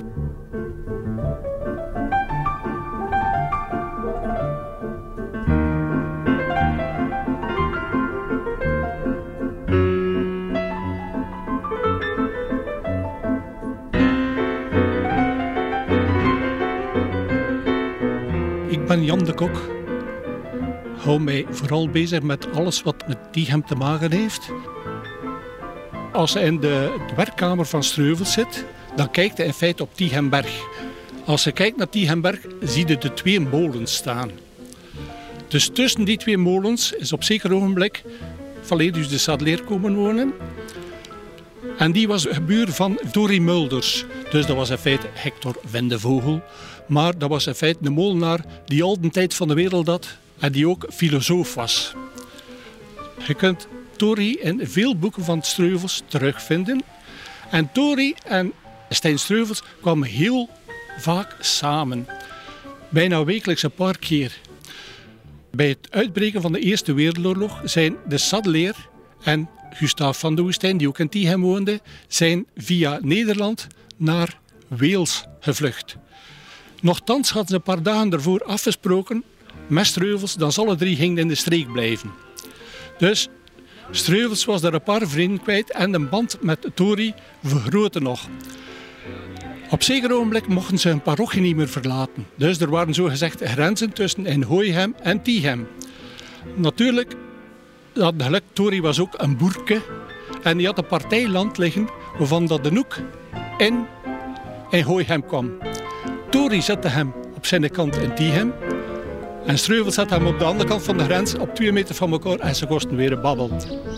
Ik ben Jan de Kok. Hou mij vooral bezig met alles wat met Tichem te maken heeft. Als hij in de, de werkkamer van Streuvels zit, dan kijkt hij in feite op Tichemberg. Als je kijkt naar Tichemberg, zie je de twee molens staan. Dus tussen die twee molens is op zeker ogenblik Valerius de Sadleer komen wonen. En die was buur van Dorie Mulders. Dus dat was in feite Hector Windevogel. Maar dat was in feite een molenaar die al de tijd van de wereld had en die ook filosoof was. Je kunt Dorie in veel boeken van Streuvels terugvinden. En Dorie en Stijn Streuvels kwamen heel vaak samen. Bijna wekelijks een paar keer. Bij het uitbreken van de Eerste Wereldoorlog zijn de Sadleer en Gustave van de Woestijn, die ook in Tichem woonde, zijn via Nederland naar Wales gevlucht. Nochtans hadden ze een paar dagen daarvoor afgesproken met Streuvels dat ze alle drie gingen in de streek blijven. Dus Streuvels was daar een paar vrienden kwijt en de band met Dorie vergrootte nog. Op zeker ogenblik mochten ze hun parochie niet meer verlaten. Dus er waren zogezegd grenzen tussen in Hooichem en Tichem. Natuurlijk, dat geluk, Dorie was ook een boerke en die had een partij land liggen waarvan dat de Noek in, in Hooichem kwam. Dorie zette hem op zijn kant in Tichem en Streuvels zette hem op de andere kant van de grens op twee meter van elkaar en ze kosten weer een babbel.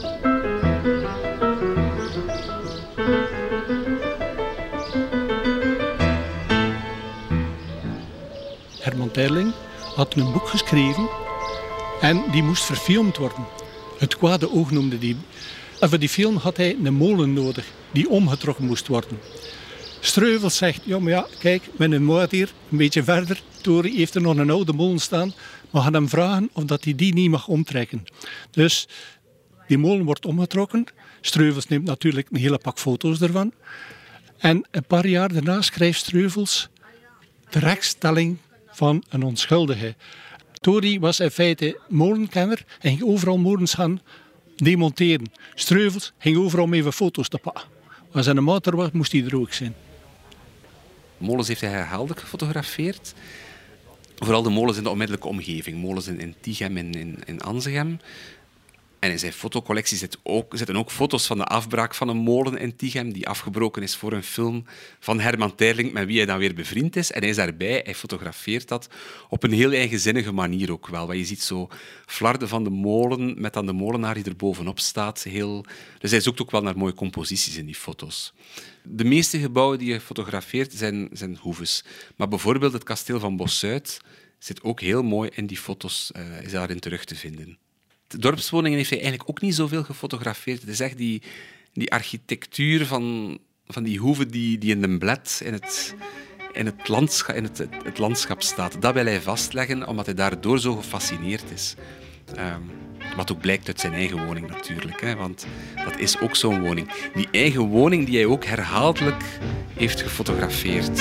Herman Teirling had een boek geschreven en die moest verfilmd worden. Het kwade oog noemde die. En voor die film had hij een molen nodig die omgetrokken moest worden. Streuvels zegt, ja maar ja, kijk, met een moord hier, een beetje verder, Dorie heeft er nog een oude molen staan, we gaan hem vragen of dat hij die niet mag omtrekken. Dus die molen wordt omgetrokken. Streuvels neemt natuurlijk een hele pak foto's ervan. En een paar jaar daarna schrijft Streuvels de rechtstelling van een onschuldige. Dorie was in feite molenkenner en ging overal molens gaan demonteren. Streuvels ging overal mee even foto's te pakken. Als hij een maat er was, moest hij er ook zijn. Molens heeft hij herhaaldelijk gefotografeerd. Vooral de molens in de onmiddellijke omgeving. Molens in, in Tichem en in, in Anzegem. En in zijn fotocollectie zitten ook, zitten ook foto's van de afbraak van een molen in Tichem, die afgebroken is voor een film van Herman Teirlinck, met wie hij dan weer bevriend is. En hij is daarbij, hij fotografeert dat op een heel eigenzinnige manier ook wel. Want je ziet zo flarden van de molen, met dan de molenaar die er bovenop staat. Heel... Dus hij zoekt ook wel naar mooie composities in die foto's. De meeste gebouwen die je fotografeert zijn, zijn hoeves. Maar bijvoorbeeld het kasteel van Bossuit zit ook heel mooi in die foto's, uh, is daarin terug te vinden. De dorpswoningen heeft hij eigenlijk ook niet zoveel gefotografeerd. Het is echt die, die architectuur van, van die hoeve die, die in de blad in het, in, het, landschap, in het, het landschap staat. Dat wil hij vastleggen, omdat hij daardoor zo gefascineerd is. Um, wat ook blijkt uit zijn eigen woning natuurlijk, hè, want dat is ook zo'n woning. Die eigen woning die hij ook herhaaldelijk heeft gefotografeerd.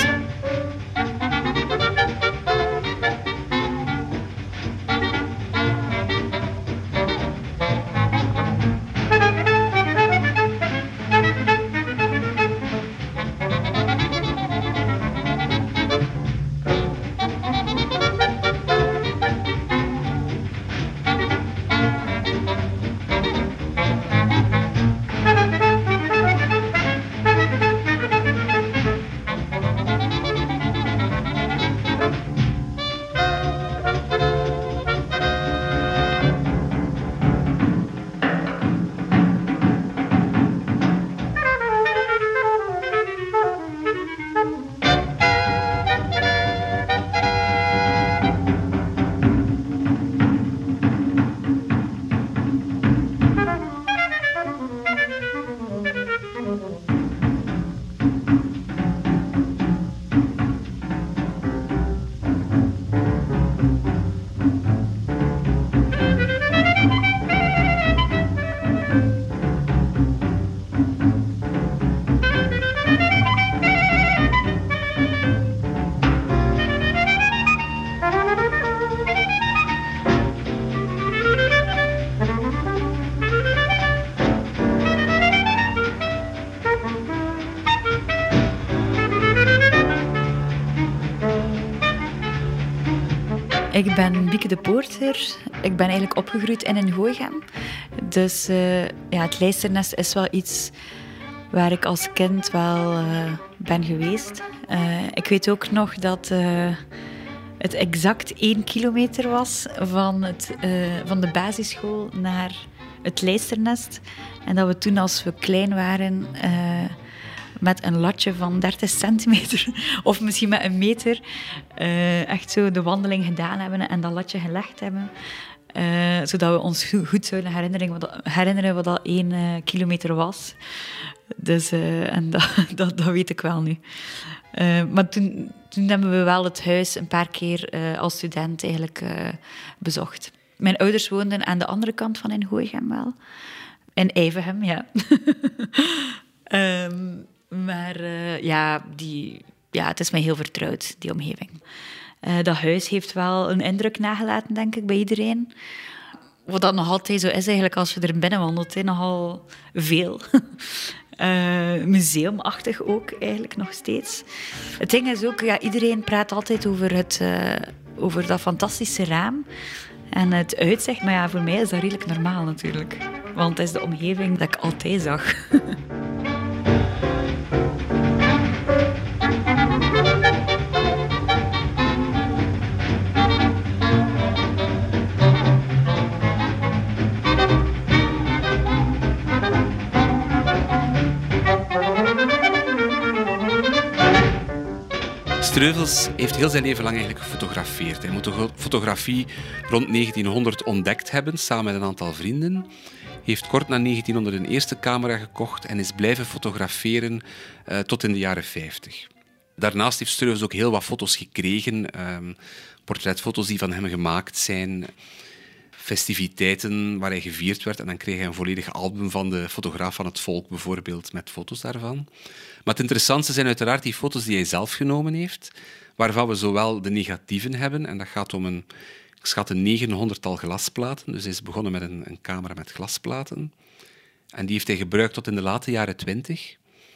Ik ben Bieke de Poorter. Ik ben eigenlijk opgegroeid in een Gooichem. Dus uh, ja, het lijsternest is wel iets waar ik als kind wel uh, ben geweest. Uh, ik weet ook nog dat uh, het exact één kilometer was van, het, uh, van de basisschool naar het lijsternest. En dat we toen, als we klein waren, Uh, met een latje van dertig centimeter of misschien met een meter uh, echt zo de wandeling gedaan hebben en dat latje gelegd hebben. Uh, zodat we ons goed zouden herinneren wat dat, herinneren wat dat één uh, kilometer was. Dus, uh, en dat, dat, dat weet ik wel nu. Uh, maar toen, toen hebben we wel het huis een paar keer uh, als student eigenlijk uh, bezocht. Mijn ouders woonden aan de andere kant van in Gooichem wel. In Ijvegem, ja. um, Maar uh, ja, die, ja, het is mij heel vertrouwd, die omgeving. Uh, dat huis heeft wel een indruk nagelaten, denk ik, bij iedereen. Wat dat nog altijd zo is, eigenlijk, als je er binnen wandelt, hè, nogal veel. uh, museumachtig ook, eigenlijk, nog steeds. Het ding is ook, ja, iedereen praat altijd over, het, uh, over dat fantastische raam en het uitzicht. Maar ja, voor mij is dat redelijk normaal, natuurlijk. Want het is de omgeving dat ik altijd zag. Streuvels heeft heel zijn leven lang eigenlijk gefotografeerd. Hij moet de fotografie rond negentienhonderd ontdekt hebben, samen met een aantal vrienden. Heeft kort na negentienhonderd een eerste camera gekocht en is blijven fotograferen uh, tot in de jaren vijftig. Daarnaast heeft Streuvels ook heel wat foto's gekregen. Um, portretfoto's die van hem gemaakt zijn. Festiviteiten waar hij gevierd werd. En dan kreeg hij een volledig album van de fotograaf van het volk, bijvoorbeeld, met foto's daarvan. Maar het interessantste zijn uiteraard die foto's die hij zelf genomen heeft, waarvan we zowel de negatieven hebben, en dat gaat om een, ik schat een negenhonderdtal glasplaten. Dus hij is begonnen met een, een camera met glasplaten. En die heeft hij gebruikt tot in de late jaren twintig.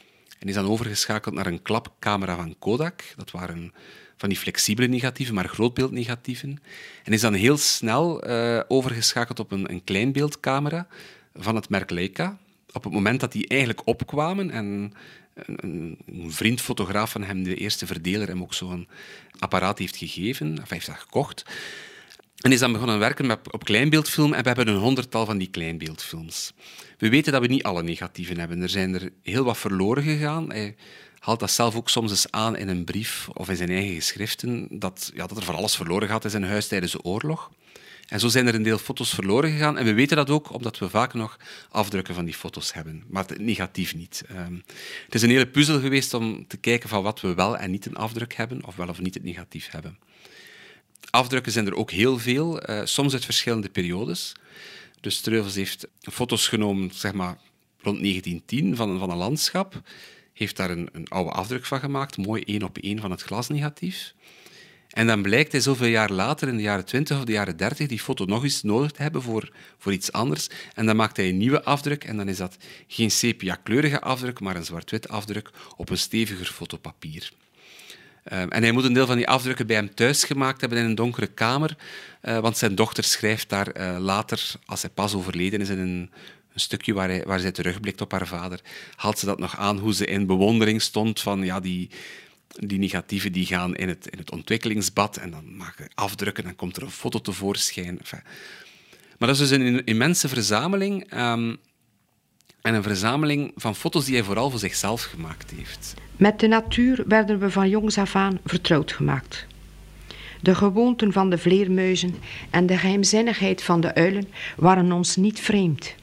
en is dan overgeschakeld naar een klapcamera van Kodak. Dat waren van die flexibele negatieven, maar grootbeeldnegatieven. En is dan heel snel uh, overgeschakeld op een, een kleinbeeldcamera van het merk Leica. Op het moment dat die eigenlijk opkwamen en een, een vriend, fotograaf van hem, de eerste verdeler, hem ook zo'n apparaat heeft gegeven, of heeft dat gekocht. En is dan begonnen werken met, op kleinbeeldfilm en we hebben een honderdtal van die kleinbeeldfilms. We weten dat we niet alle negatieven hebben. Er zijn er heel wat verloren gegaan. Hij haalt dat zelf ook soms eens aan in een brief of in zijn eigen geschriften, dat, ja, dat er van alles verloren gaat in zijn huis tijdens de oorlog. En zo zijn er een deel foto's verloren gegaan. En we weten dat ook omdat we vaak nog afdrukken van die foto's hebben. Maar het negatief niet. Um, het is een hele puzzel geweest om te kijken van wat we wel en niet een afdruk hebben, of wel of niet het negatief hebben. Afdrukken zijn er ook heel veel, uh, soms uit verschillende periodes. Dus Streuvels heeft foto's genomen, zeg maar, rond negentien tien van, van een landschap. Heeft daar een, een oude afdruk van gemaakt, mooi één op één van het glasnegatief. En dan blijkt hij zoveel jaar later, in de jaren twintig of de jaren dertig, die foto nog eens nodig te hebben voor, voor iets anders. En dan maakt hij een nieuwe afdruk en dan is dat geen sepia-kleurige afdruk, maar een zwart-wit afdruk op een steviger fotopapier. Um, en hij moet een deel van die afdrukken bij hem thuis gemaakt hebben in een donkere kamer, uh, want zijn dochter schrijft daar uh, later, als hij pas overleden is, in een, een stukje waar, hij, waar zij terugblikt op haar vader, haalt ze dat nog aan, hoe ze in bewondering stond van ja, die, die negatieven die gaan in het, in het ontwikkelingsbad en dan maken afdrukken en dan komt er een foto tevoorschijn. Enfin. Maar dat is dus een immense verzameling um, en een verzameling van foto's die hij vooral voor zichzelf gemaakt heeft. Met de natuur werden we van jongs af aan vertrouwd gemaakt. De gewoonten van de vleermuizen en de geheimzinnigheid van de uilen waren ons niet vreemd.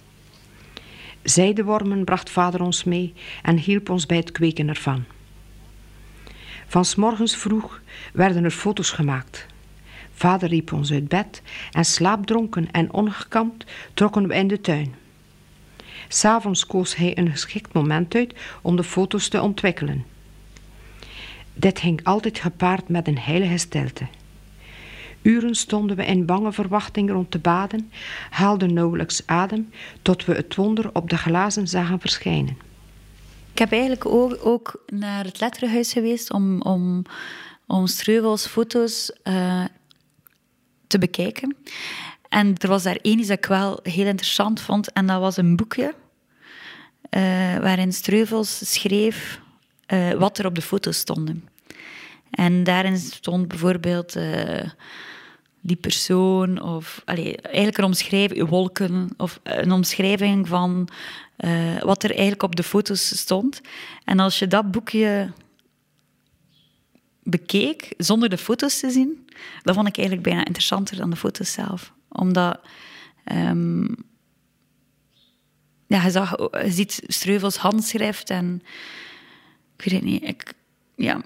Zijdewormen bracht vader ons mee en hielp ons bij het kweken ervan. Van 's morgens vroeg werden er foto's gemaakt. Vader riep ons uit bed en slaapdronken en ongekamd trokken we in de tuin. 'S Avonds koos hij een geschikt moment uit om de foto's te ontwikkelen. Dit ging altijd gepaard met een heilige stilte. Uren stonden we in bange verwachting rond te baden, haalden nauwelijks adem, tot we het wonder op de glazen zagen verschijnen. Ik heb eigenlijk ook, ook naar het letterenhuis geweest om, om, om Streuvels foto's uh, te bekijken. En er was daar één die ik wel heel interessant vond. En dat was een boekje uh, waarin Streuvels schreef uh, wat er op de foto's stonden. En daarin stond bijvoorbeeld uh, die persoon, of allee, eigenlijk een omschrijving, wolken, of een omschrijving van uh, wat er eigenlijk op de foto's stond. En als je dat boekje bekeek, zonder de foto's te zien, dat vond ik eigenlijk bijna interessanter dan de foto's zelf. Omdat um, ja, je, zag, je ziet Streuvels handschrift en ik weet het niet, ik, ja,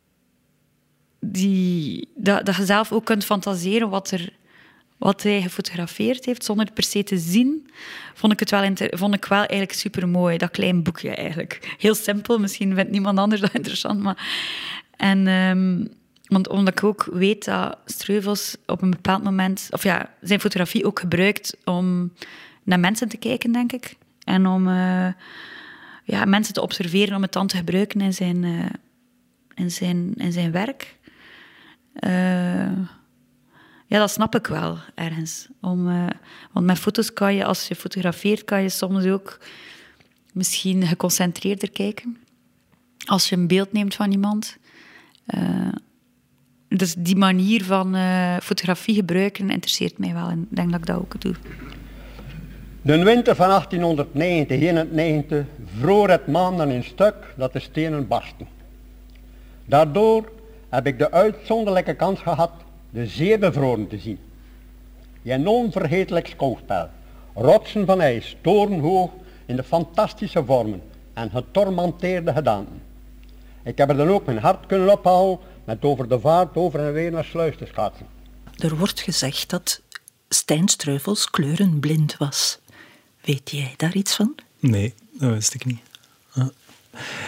die, dat, dat je zelf ook kunt fantaseren wat, er, wat hij gefotografeerd heeft, zonder het per se te zien, vond ik het wel, inter, vond ik wel eigenlijk supermooi, dat klein boekje eigenlijk. Heel simpel, misschien vindt niemand anders dat interessant, maar... En... Um, Want omdat ik ook weet dat Streuvels op een bepaald moment... Of ja, zijn fotografie ook gebruikt om naar mensen te kijken, denk ik. En om uh, ja, mensen te observeren, om het dan te gebruiken in zijn, uh, in zijn, in zijn werk. Uh, ja, dat snap ik wel, ergens. Om, uh, want met foto's kan je, als je fotografeert, kan je soms ook misschien geconcentreerder kijken. Als je een beeld neemt van iemand... Uh, Dus die manier van uh, fotografie gebruiken interesseert mij wel. En ik denk dat ik dat ook doe. De winter van achttienhonderdnegentig eenennegentig vroor het maanden in stuk dat de stenen barsten. Daardoor heb ik de uitzonderlijke kans gehad de zee bevroren te zien. Een onvergetelijk schouwspel. Rotsen van ijs, torenhoog in de fantastische vormen en getormenteerde gedaanten. Ik heb er dan ook mijn hart kunnen ophouden met over de vaart over en weer naar Sluis te schaatsen. Er wordt gezegd dat Stijn Streuvels kleurenblind was. Weet jij daar iets van? Nee, dat wist ik niet. Ah.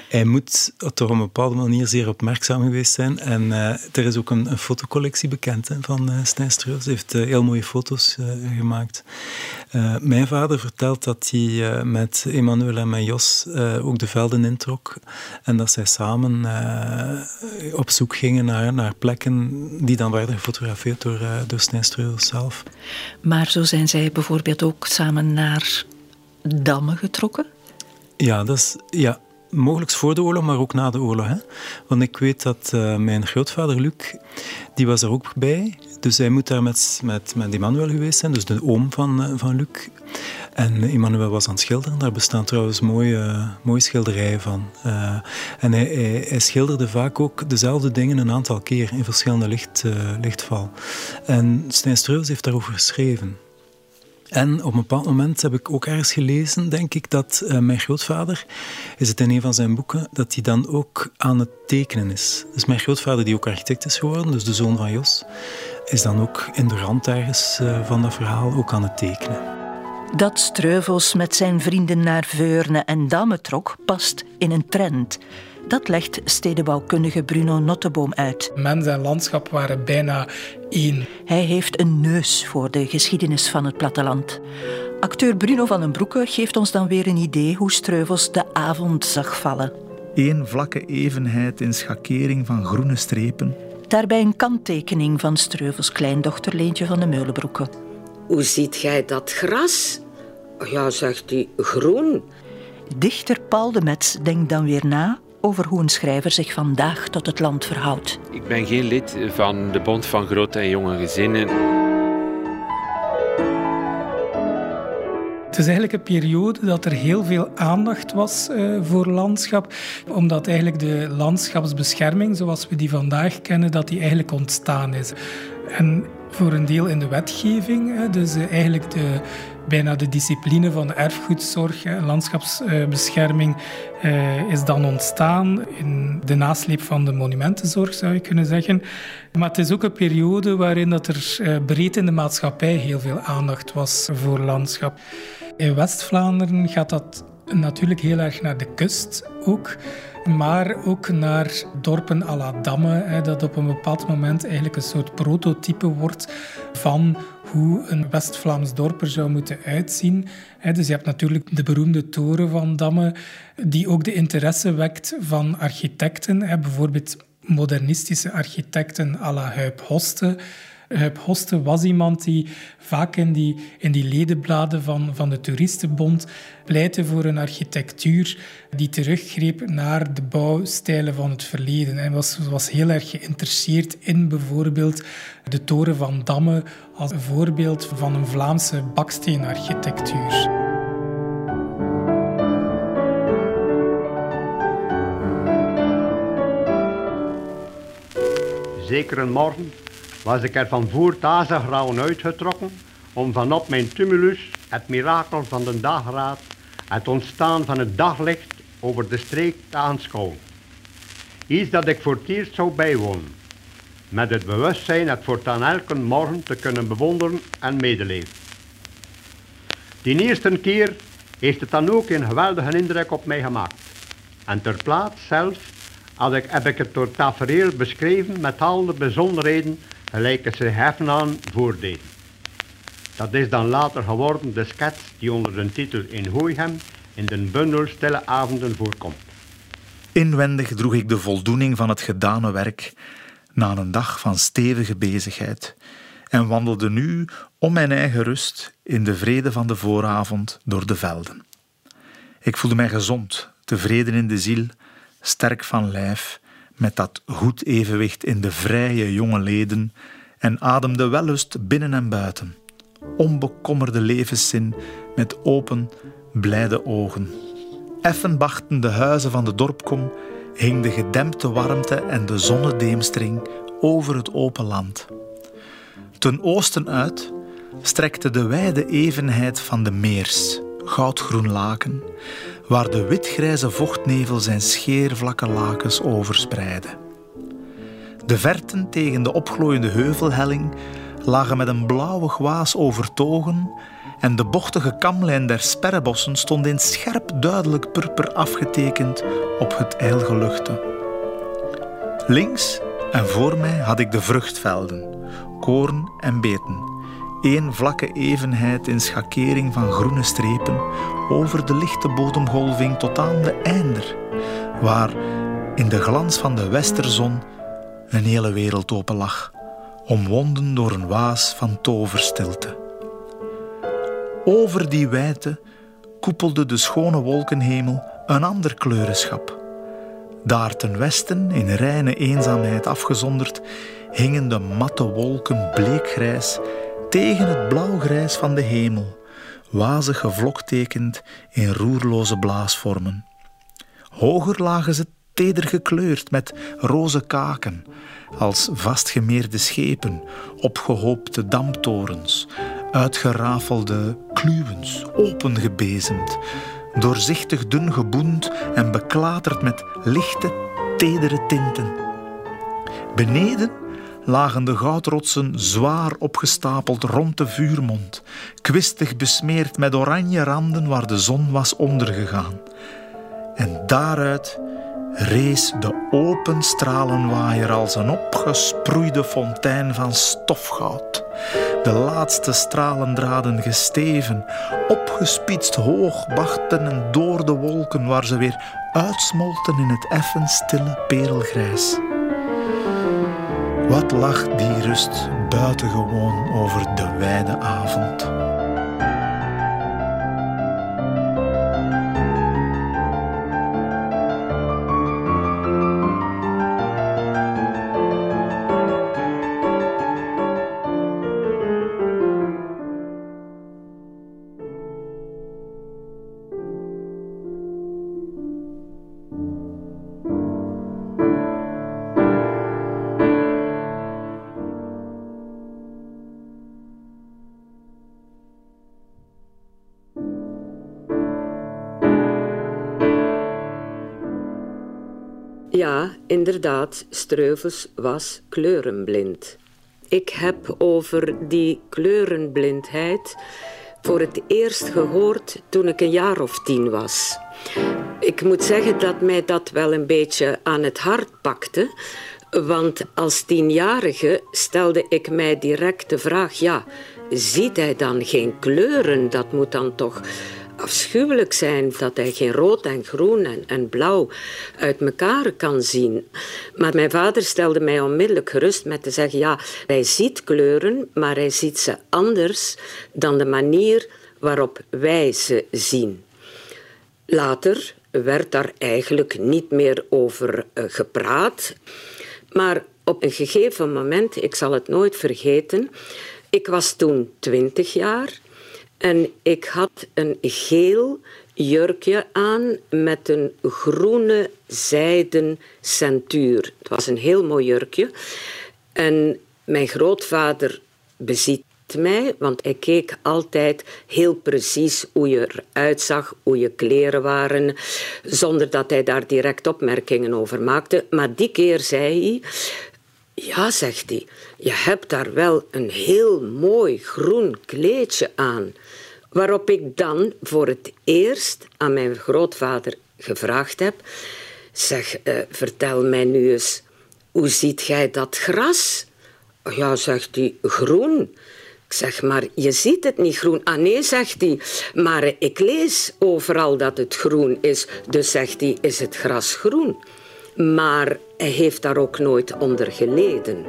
hij moet toch op een bepaalde manier zeer opmerkzaam geweest zijn. En uh, er is ook een, een fotocollectie bekend hè, van uh, Stijn Streuvels. Hij heeft uh, heel mooie foto's uh, gemaakt. Uh, mijn vader vertelt dat hij uh, met Emmanuel en met Jos uh, ook de velden introk. En dat zij samen uh, op zoek gingen naar, naar plekken die dan werden gefotografeerd door, uh, door Stijn Streuvels zelf. Maar zo zijn zij bijvoorbeeld ook samen naar dammen getrokken? Ja, dat is... Ja. Mogelijk voor de oorlog, maar ook na de oorlog. Hè? Want ik weet dat uh, mijn grootvader Luc, die was er ook bij. Dus hij moet daar met, met, met Emmanuel geweest zijn, dus de oom van, uh, van Luc. En Emmanuel was aan het schilderen. Daar bestaan trouwens mooie, uh, mooie schilderijen van. Uh, en hij, hij, hij schilderde vaak ook dezelfde dingen een aantal keer in verschillende licht, uh, lichtval. En Stijn Streuvels heeft daarover geschreven. En op een bepaald moment heb ik ook ergens gelezen, denk ik, dat uh, mijn grootvader, is het in een van zijn boeken, dat hij dan ook aan het tekenen is. Dus mijn grootvader, die ook architect is geworden, dus de zoon van Jos, is dan ook in de rand ergens uh, van dat verhaal ook aan het tekenen. Dat Streuvels met zijn vrienden naar Veurne en Damme trok, past in een trend. Dat legt stedenbouwkundige Bruno Notteboom uit. Mens en landschap waren bijna één. Hij heeft een neus voor de geschiedenis van het platteland. Acteur Bruno van den Broeke geeft ons dan weer een idee hoe Streuvels de avond zag vallen. Eén vlakke evenheid in schakering van groene strepen. Daarbij een kanttekening van Streuvels kleindochter Leentje van de Meulenbroeke. Hoe ziet gij dat gras? Ja, zegt hij, groen. Dichter Paul de Metz denkt dan weer na over hoe een schrijver zich vandaag tot het land verhoudt. Ik ben geen lid van de Bond van Grote en Jonge Gezinnen. Het is eigenlijk een periode dat er heel veel aandacht was uh, voor landschap, omdat eigenlijk de landschapsbescherming, zoals we die vandaag kennen, dat die eigenlijk ontstaan is. En voor een deel in de wetgeving, dus eigenlijk de, bijna de discipline van erfgoedzorg en landschapsbescherming is dan ontstaan in de nasleep van de monumentenzorg, zou je kunnen zeggen. Maar het is ook een periode waarin dat er breed in de maatschappij heel veel aandacht was voor landschap. In West-Vlaanderen gaat dat natuurlijk heel erg naar de kust ook, maar ook naar dorpen à la Damme, hè, dat op een bepaald moment eigenlijk een soort prototype wordt van hoe een West-Vlaams dorp er zou moeten uitzien. Dus je hebt natuurlijk de beroemde toren van Damme, die ook de interesse wekt van architecten, bijvoorbeeld modernistische architecten à la Huip Hoste. Huip Hoste was iemand die vaak in die, in die ledenbladen van, van de Toeristenbond pleitte voor een architectuur die teruggreep naar de bouwstijlen van het verleden. Hij was, was heel erg geïnteresseerd in bijvoorbeeld de toren van Damme als een voorbeeld van een Vlaamse baksteenarchitectuur. Zeker een morgen was ik er van voor het azengrauwen uitgetrokken om vanop mijn tumulus het mirakel van de dageraad, het ontstaan van het daglicht over de streek te aanschouwen. Iets dat ik voor het eerst zou bijwonen, met het bewustzijn het voortaan elke morgen te kunnen bewonderen en medeleven. Die eerste keer heeft het dan ook een geweldige indruk op mij gemaakt. En ter plaatse zelf had ik, heb ik het door tafereel beschreven met al de bijzonderheden gelijk ze heffen aan voordeden. Dat is dan later geworden de schets die onder de titel In Hooichem in de bundel Stille Avonden voorkomt. Inwendig droeg ik de voldoening van het gedane werk na een dag van stevige bezigheid en wandelde nu om mijn eigen rust in de vrede van de vooravond door de velden. Ik voelde mij gezond, tevreden in de ziel, sterk van lijf, met dat goed evenwicht in de vrije jonge leden en ademde wellust binnen en buiten. Onbekommerde levenszin met open, blijde ogen. Effen bachten de huizen van de dorpkom, hing de gedempte warmte en de zonnedeemstring over het open land. Ten oosten uit strekte de wijde evenheid van de meers, goudgroen laken, waar de witgrijze vochtnevel zijn scheervlakke lakens overspreidde. De verten tegen de opglooiende heuvelhelling lagen met een blauwig waas overtogen en de bochtige kamlijn der sperrebossen stond in scherp duidelijk purper afgetekend op het ijlgeluchte. Links en voor mij had ik de vruchtvelden, koorn en beten. Eén vlakke evenheid in schakering van groene strepen over de lichte bodemgolving tot aan de einder, waar in de glans van de westerzon een hele wereld open lag, omwonden door een waas van toverstilte. Over die wijdte koepelde de schone wolkenhemel een ander kleurenschap. Daar ten westen, in reine eenzaamheid afgezonderd, hingen de matte wolken bleekgrijs tegen het blauwgrijs van de hemel, wazig gevloktekend in roerloze blaasvormen. Hoger lagen ze teder gekleurd met roze kaken, als vastgemeerde schepen, opgehoopte damptorens, uitgerafelde kluwens, opengebezemd, doorzichtig dun geboend en beklaterd met lichte, tedere tinten. Beneden lagen de goudrotsen zwaar opgestapeld rond de vuurmond, kwistig besmeerd met oranje randen waar de zon was ondergegaan. En daaruit rees de open stralenwaaier als een opgesproeide fontein van stofgoud. De laatste stralendraden gesteven, opgespietst hoog, wachten door de wolken waar ze weer uitsmolten in het effen stille perelgrijs. Wat lag die rust buitengewoon over de wijde avond. Ja, inderdaad, Streuvels was kleurenblind. Ik heb over die kleurenblindheid voor het eerst gehoord toen ik een jaar of tien was. Ik moet zeggen dat mij dat wel een beetje aan het hart pakte, want als tienjarige stelde ik mij direct de vraag, ja, ziet hij dan geen kleuren? Dat moet dan toch afschuwelijk zijn dat hij geen rood en groen en, en blauw uit elkaar kan zien. Maar mijn vader stelde mij onmiddellijk gerust met te zeggen, ja, hij ziet kleuren, maar hij ziet ze anders dan de manier waarop wij ze zien. Later werd daar eigenlijk niet meer over uh, gepraat, maar op een gegeven moment, ik zal het nooit vergeten, ik was toen twintig jaar en ik had een geel jurkje aan met een groene zijden centuur. Het was een heel mooi jurkje. En mijn grootvader beziet mij, want hij keek altijd heel precies hoe je eruit zag, hoe je kleren waren, zonder dat hij daar direct opmerkingen over maakte. Maar die keer zei hij, ja, zegt hij, je hebt daar wel een heel mooi groen kleedje aan. Waarop ik dan voor het eerst aan mijn grootvader gevraagd heb, zeg, uh, vertel mij nu eens, hoe ziet jij dat gras? Ja, zegt hij, groen. Ik zeg, maar je ziet het niet groen. Ah nee, zegt hij, maar uh, ik lees overal dat het groen is. Dus zegt hij, is het gras groen? Maar hij heeft daar ook nooit onder geleden.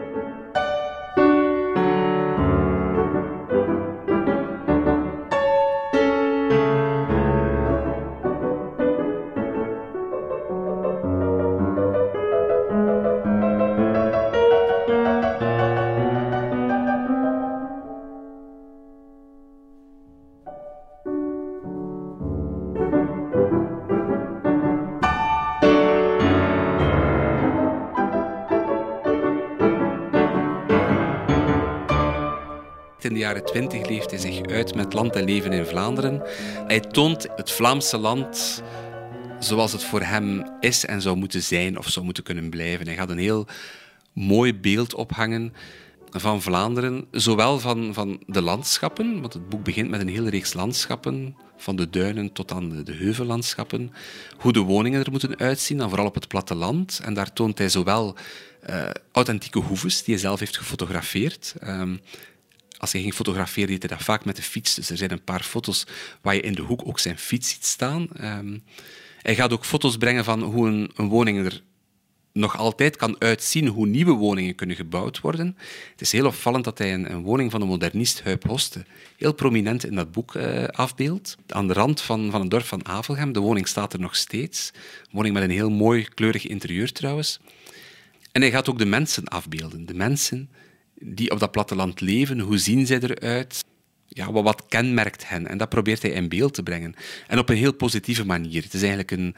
In de jaren twintig leeft hij zich uit met Land en Leven in Vlaanderen. Hij toont het Vlaamse land zoals het voor hem is en zou moeten zijn of zou moeten kunnen blijven. Hij gaat een heel mooi beeld ophangen van Vlaanderen, zowel van, van de landschappen, want het boek begint met een hele reeks landschappen, van de duinen tot aan de, de heuvellandschappen, hoe de woningen er moeten uitzien, dan vooral op het platteland. En daar toont hij zowel uh, authentieke hoeves, die hij zelf heeft gefotografeerd. Um, als hij ging fotograferen, deed hij dat vaak met de fiets. Dus er zijn een paar foto's waar je in de hoek ook zijn fiets ziet staan. Um, hij gaat ook foto's brengen van hoe een, een woning er nog altijd kan uitzien, hoe nieuwe woningen kunnen gebouwd worden. Het is heel opvallend dat hij een, een woning van de modernist Huip Hoste heel prominent in dat boek uh, afbeeldt. Aan de rand van, van het dorp van Avelgem. De woning staat er nog steeds. Een woning met een heel mooi, kleurig interieur trouwens. En hij gaat ook de mensen afbeelden. De mensen die op dat platteland leven, hoe zien zij eruit? Ja, wat, wat kenmerkt hen? En dat probeert hij in beeld te brengen. En op een heel positieve manier. Het is eigenlijk een...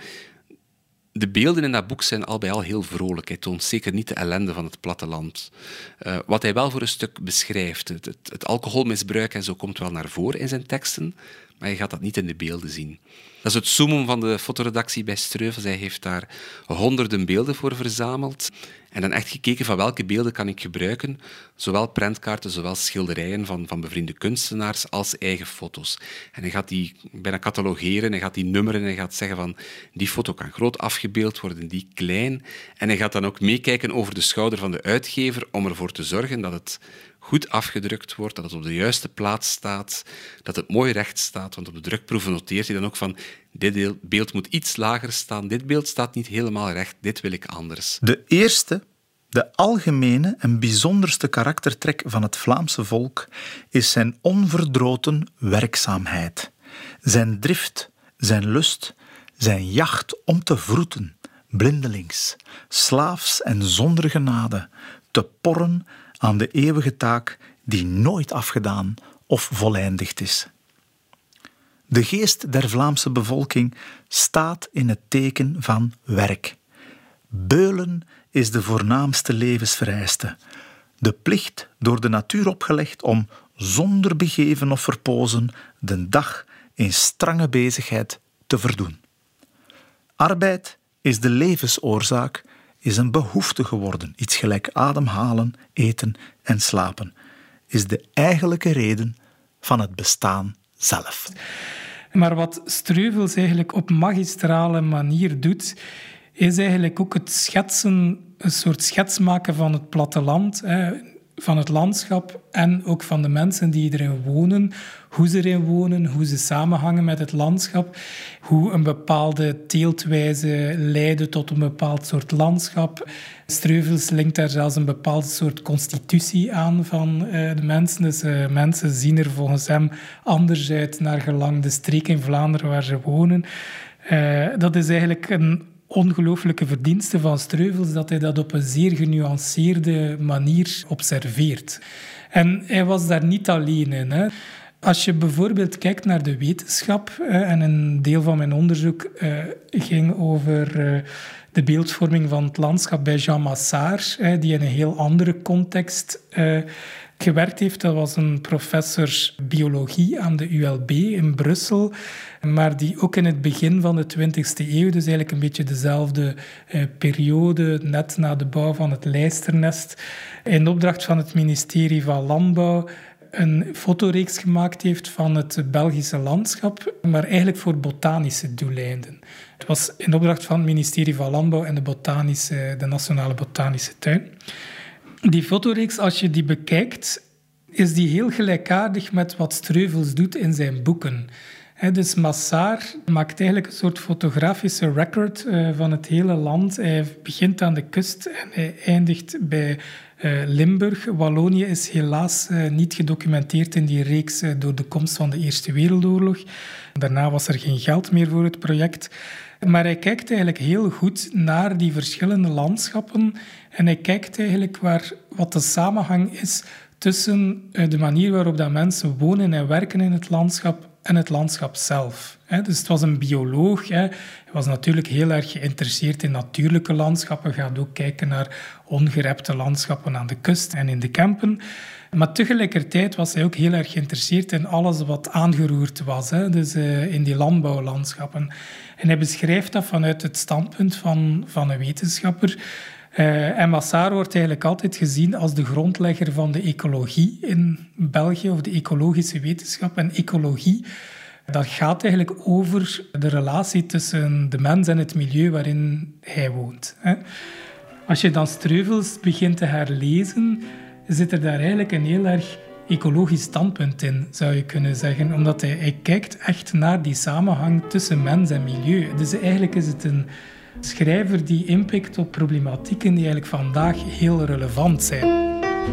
De beelden in dat boek zijn al bij al heel vrolijk. Hij toont zeker niet de ellende van het platteland. Uh, wat hij wel voor een stuk beschrijft, het, het, het alcoholmisbruik en zo komt wel naar voren in zijn teksten, maar je gaat dat niet in de beelden zien. Dat is het summum van de fotoredactie bij Streuvels. Hij heeft daar honderden beelden voor verzameld en dan echt gekeken van welke beelden kan ik gebruiken, zowel prentkaarten, zowel schilderijen van, van bevriende kunstenaars als eigen foto's. En hij gaat die bijna catalogeren, hij gaat die nummeren en hij gaat zeggen van die foto kan groot afgebeeld worden, die klein. En hij gaat dan ook meekijken over de schouder van de uitgever om ervoor te zorgen dat het goed afgedrukt wordt, dat het op de juiste plaats staat, dat het mooi recht staat, want op de drukproeven noteert hij dan ook van dit beeld moet iets lager staan, dit beeld staat niet helemaal recht, dit wil ik anders. De eerste, de algemene en bijzonderste karaktertrek van het Vlaamse volk is zijn onverdroten werkzaamheid. Zijn drift, zijn lust, zijn jacht om te vroeten, blindelings, slaafs en zonder genade, te porren aan de eeuwige taak die nooit afgedaan of voleindigd is. De geest der Vlaamse bevolking staat in het teken van werk. Beulen is de voornaamste levensvereiste. De plicht door de natuur opgelegd om, zonder begeven of verpozen, de dag in strange bezigheid te verdoen. Arbeid is de levensoorzaak, is een behoefte geworden. Iets gelijk ademhalen, eten en slapen. Is de eigenlijke reden van het bestaan zelf. Maar wat Streuvels eigenlijk op magistrale manier doet, is eigenlijk ook het schetsen, een soort schets maken van het platteland, hè, van het landschap en ook van de mensen die erin wonen, hoe ze erin wonen, hoe ze samenhangen met het landschap, hoe een bepaalde teeltwijze leidde tot een bepaald soort landschap. Streuvels linkt daar zelfs een bepaald soort constitutie aan van uh, de mensen. Dus uh, mensen zien er volgens hem anders uit naar gelang de streek in Vlaanderen waar ze wonen. Uh, dat is eigenlijk een ongelooflijke verdienste van Streuvels, dat hij dat op een zeer genuanceerde manier observeert. En hij was daar niet alleen in, hè. Als je bijvoorbeeld kijkt naar de wetenschap, en een deel van mijn onderzoek uh, ging over uh, de beeldvorming van het landschap bij Jean Massard, uh, die in een heel andere context uh, gewerkt heeft. Dat was een professor biologie aan de U L B in Brussel, maar die ook in het begin van de twintigste eeuw, dus eigenlijk een beetje dezelfde uh, periode, net na de bouw van het Lijsternest, in opdracht van het ministerie van Landbouw een fotoreeks gemaakt heeft van het Belgische landschap, maar eigenlijk voor botanische doeleinden. Het was in opdracht van het ministerie van Landbouw en de, botanische, de Nationale Botanische Tuin. Die fotoreeks, als je die bekijkt, is die heel gelijkaardig met wat Streuvels doet in zijn boeken. He, dus Massard maakt eigenlijk een soort fotografische record uh, van het hele land. Hij begint aan de kust en hij eindigt bij uh, Limburg. Wallonië is helaas uh, niet gedocumenteerd in die reeks uh, door de komst van de Eerste Wereldoorlog. Daarna was er geen geld meer voor het project. Maar hij kijkt eigenlijk heel goed naar die verschillende landschappen en hij kijkt eigenlijk waar, wat de samenhang is tussen uh, de manier waarop dat mensen wonen en werken in het landschap en het landschap zelf. Dus het was een bioloog. Hij was natuurlijk heel erg geïnteresseerd in natuurlijke landschappen. Hij gaat ook kijken naar ongerepte landschappen aan de kust en in de Kempen. Maar tegelijkertijd was hij ook heel erg geïnteresseerd in alles wat aangeroerd was. Dus in die landbouwlandschappen. En hij beschrijft dat vanuit het standpunt van, van een wetenschapper. Uh, en Massart wordt eigenlijk altijd gezien als de grondlegger van de ecologie in België, of de ecologische wetenschap. En ecologie, dat gaat eigenlijk over de relatie tussen de mens en het milieu waarin hij woont. Hè. Als je dan Streuvels begint te herlezen, zit er daar eigenlijk een heel erg ecologisch standpunt in, zou je kunnen zeggen. Omdat hij, hij kijkt echt naar die samenhang tussen mens en milieu. Dus eigenlijk is het een schrijver die inpikt op problematieken die eigenlijk vandaag heel relevant zijn.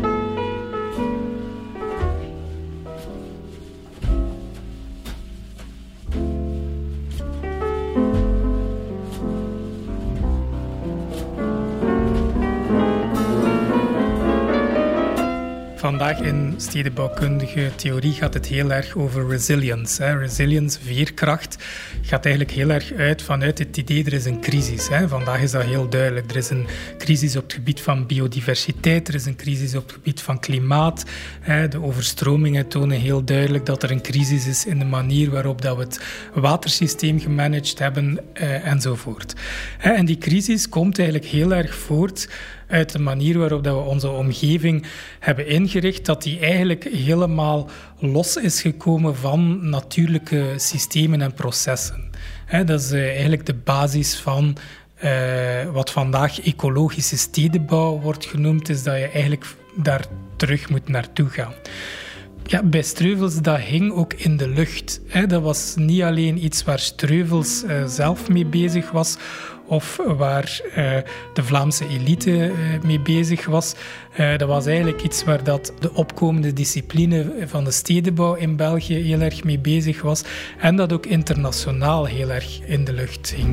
Vandaag in stedenbouwkundige theorie gaat het heel erg over resilience. Hè. Resilience, veerkracht, gaat eigenlijk heel erg uit vanuit het idee er is een crisis. Hè. Vandaag is dat heel duidelijk. Er is een crisis op het gebied van biodiversiteit, er is een crisis op het gebied van klimaat. Hè. De overstromingen tonen heel duidelijk dat er een crisis is in de manier waarop dat we het watersysteem gemanaged hebben eh, enzovoort. Hè. En die crisis komt eigenlijk heel erg voort uit de manier waarop dat we onze omgeving hebben ingericht, dat die eigenlijk helemaal los is gekomen van natuurlijke systemen en processen. He, dat is uh, eigenlijk de basis van uh, wat vandaag ecologische stedenbouw wordt genoemd, is dat je eigenlijk daar terug moet naartoe gaan. Ja, bij Streuvels, dat hing ook in de lucht. Hè. Dat was niet alleen iets waar Streuvels uh, zelf mee bezig was, of waar uh, de Vlaamse elite uh, mee bezig was. Uh, dat was eigenlijk iets waar dat de opkomende discipline van de stedenbouw in België heel erg mee bezig was. En dat ook internationaal heel erg in de lucht hing.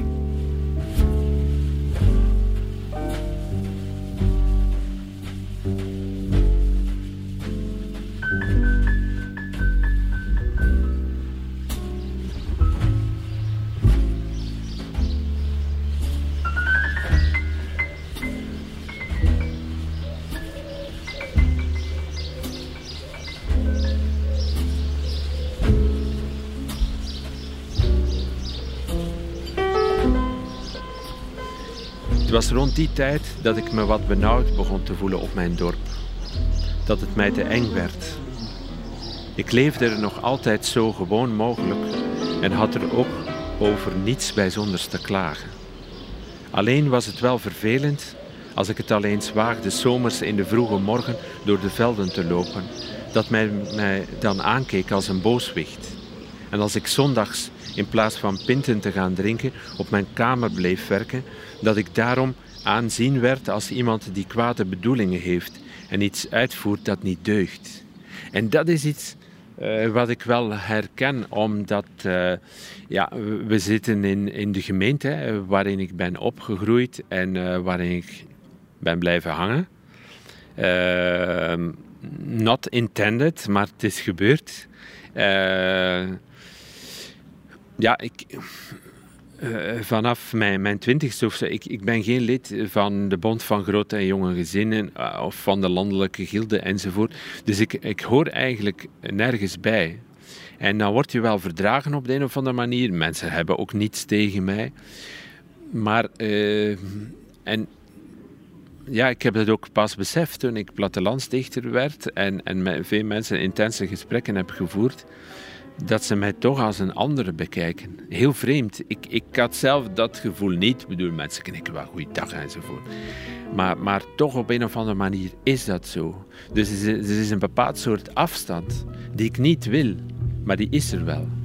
Het was rond die tijd dat ik me wat benauwd begon te voelen op mijn dorp. Dat het mij te eng werd. Ik leefde er nog altijd zo gewoon mogelijk en had er ook over niets bijzonders te klagen. Alleen was het wel vervelend als ik het alleen waagde 's zomers in de vroege morgen door de velden te lopen, dat men mij dan aankeek als een booswicht. En als ik zondags in plaats van pinten te gaan drinken op mijn kamer bleef werken, dat ik daarom aanzien werd als iemand die kwade bedoelingen heeft en iets uitvoert dat niet deugt. En dat is iets uh, wat ik wel herken, omdat uh, ja, we zitten in, in de gemeente hè, waarin ik ben opgegroeid en uh, waarin ik ben blijven hangen. Uh, not intended, maar het is gebeurd. Uh, ja, ik... Uh, vanaf mijn, mijn twintigste of zo, ik, ik ben geen lid van de Bond van Grote en Jonge Gezinnen uh, of van de Landelijke Gilde enzovoort. Dus ik, ik hoor eigenlijk nergens bij. En dan word je wel verdragen op de een of andere manier. Mensen hebben ook niets tegen mij. Maar, uh, en ja, ik heb dat ook pas beseft toen ik plattelandsdichter werd en, en met veel mensen intense gesprekken heb gevoerd, dat ze mij toch als een andere bekijken. Heel vreemd. Ik, ik had zelf dat gevoel niet. Ik bedoel, mensen knikken wel goeiedag enzovoort. Maar, maar toch op een of andere manier is dat zo. Dus er is, er is een bepaald soort afstand die ik niet wil, maar die is er wel.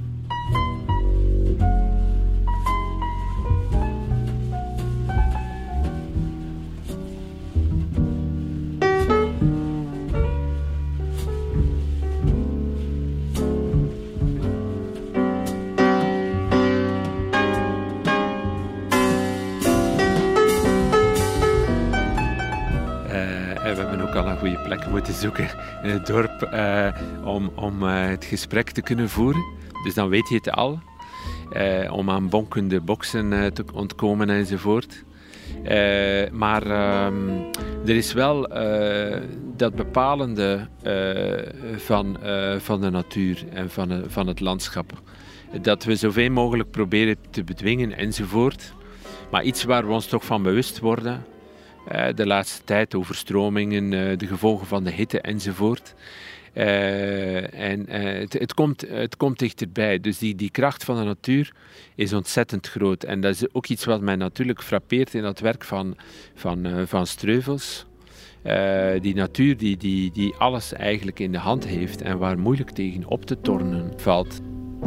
Goede plek moeten zoeken in het dorp uh, om, om uh, het gesprek te kunnen voeren. Dus dan weet je het al. Uh, om aan bonkende boksen uh, te ontkomen enzovoort. Uh, maar uh, er is wel uh, dat bepalende uh, van, uh, van de natuur en van, uh, van het landschap. Dat we zoveel mogelijk proberen te bedwingen enzovoort. Maar iets waar we ons toch van bewust worden. Uh, de laatste tijd, overstromingen, uh, de gevolgen van de hitte enzovoort. Uh, en uh, het, het, komt, het komt dichterbij. Dus die, die kracht van de natuur is ontzettend groot. En dat is ook iets wat mij natuurlijk frappeert in dat werk van, van, uh, van Streuvels. Uh, die natuur die, die, die alles eigenlijk in de hand heeft en waar moeilijk tegen op te tornen valt.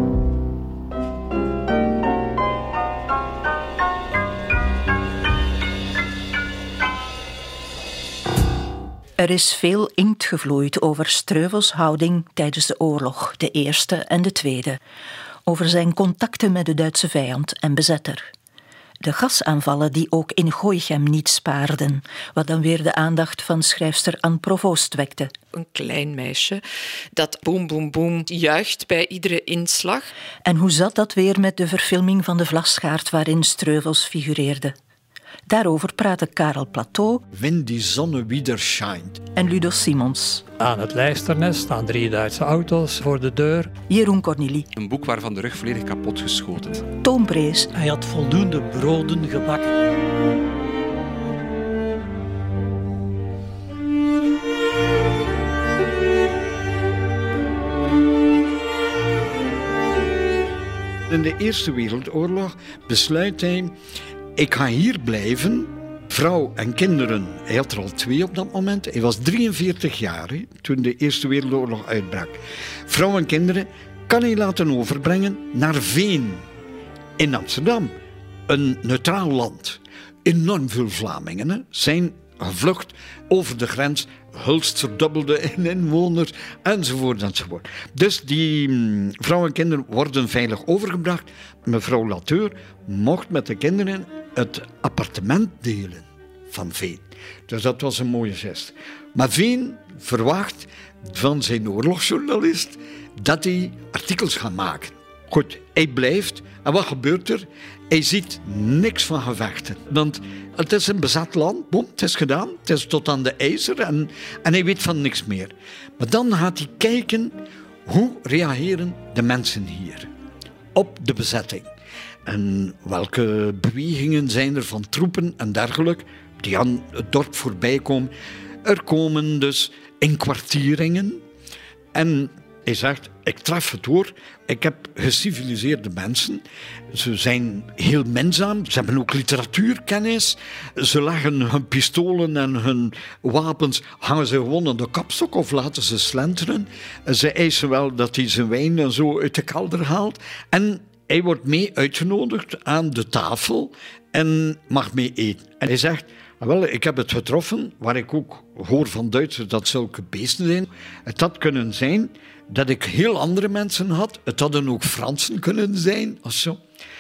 Er is veel inkt gevloeid over Streuvels houding tijdens de oorlog, de Eerste en de Tweede. Over zijn contacten met de Duitse vijand en bezetter. De gasaanvallen die ook in Gooichem niet spaarden, wat dan weer de aandacht van schrijfster Anne Provoost wekte. Een klein meisje dat boem, boem, boem juicht bij iedere inslag. En hoe zat dat weer met de verfilming van de Vlasgaard waarin Streuvels figureerde? Daarover praten Karel Plateau, Wenn die Sonne wieder scheint, en Ludo Simons. Aan het lijsternes staan drie Duitse auto's voor de deur. Jeroen Cornelie. Een boek waarvan de rug volledig kapot geschoten. Toon Brees. Hij had voldoende broden gebakken. In de Eerste Wereldoorlog besluit hij: ik ga hier blijven, vrouw en kinderen. Hij had er al twee op dat moment. Hij was drieënveertig jaar he, toen de Eerste Wereldoorlog uitbrak. Vrouw en kinderen kan hij laten overbrengen naar Veen in Amsterdam. Een neutraal land. Enorm veel Vlamingen he, zijn gevlucht over de grens. Hulst verdubbelde in inwoners, enzovoort, enzovoort. Dus die mm, vrouwen en kinderen worden veilig overgebracht. Mevrouw Lateur mocht met de kinderen het appartement delen van Veen. Dus dat was een mooie gest. Maar Veen verwacht van zijn oorlogsjournalist dat hij artikels gaat maken. Goed, hij blijft. En wat gebeurt er? Hij ziet niks van gevechten. Want het is een bezet land. Boom, het is gedaan. Het is tot aan de ijzer. En, en hij weet van niks meer. Maar dan gaat hij kijken hoe reageren de mensen hier op de bezetting. En welke bewegingen zijn er van troepen en dergelijke die aan het dorp voorbij komen. Er komen dus inkwartieringen. En hij zegt, ik tref het hoor. Ik heb geciviliseerde mensen. Ze zijn heel minzaam. Ze hebben ook literatuurkennis. Ze leggen hun pistolen en hun wapens, hangen ze gewoon aan de kapstok of laten ze slenteren. Ze eisen wel dat hij zijn wijn en zo uit de kelder haalt. En hij wordt mee uitgenodigd aan de tafel en mag mee eten. En hij zegt, wel, ik heb het getroffen, waar ik ook hoor van Duitsers dat zulke beesten zijn. Het had kunnen zijn dat ik heel andere mensen had. Het hadden ook Fransen kunnen zijn, of zo.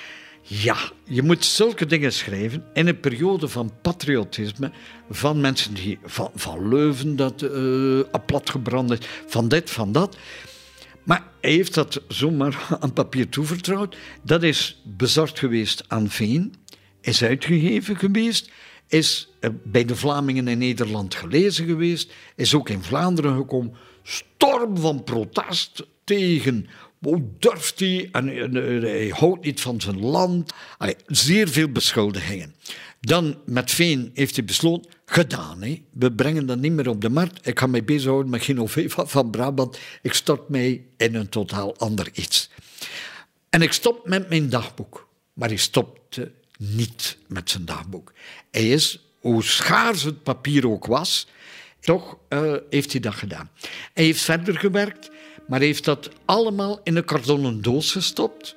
Ja, je moet zulke dingen schrijven in een periode van patriotisme, van mensen die van, van Leuven dat uh, platgebrand is, van dit, van dat. Maar hij heeft dat zomaar aan papier toevertrouwd. Dat is bezorgd geweest aan Veen, is uitgegeven geweest, is bij de Vlamingen in Nederland gelezen geweest, is ook in Vlaanderen gekomen. Storm van protest tegen, hoe durft hij, en, en, en hij houdt niet van zijn land. Allee, zeer veel beschuldigingen. Dan met Veen heeft hij besloten, gedaan, hè. We brengen dat niet meer op de markt. Ik ga mij bezighouden met Genoveva van Brabant. Ik stort mij in een totaal ander iets. En ik stop met mijn dagboek. Maar hij stopte niet met zijn dagboek. Hij is, hoe schaars het papier ook was, toch uh, heeft hij dat gedaan. Hij heeft verder gewerkt, maar heeft dat allemaal in een kartonnen doos gestopt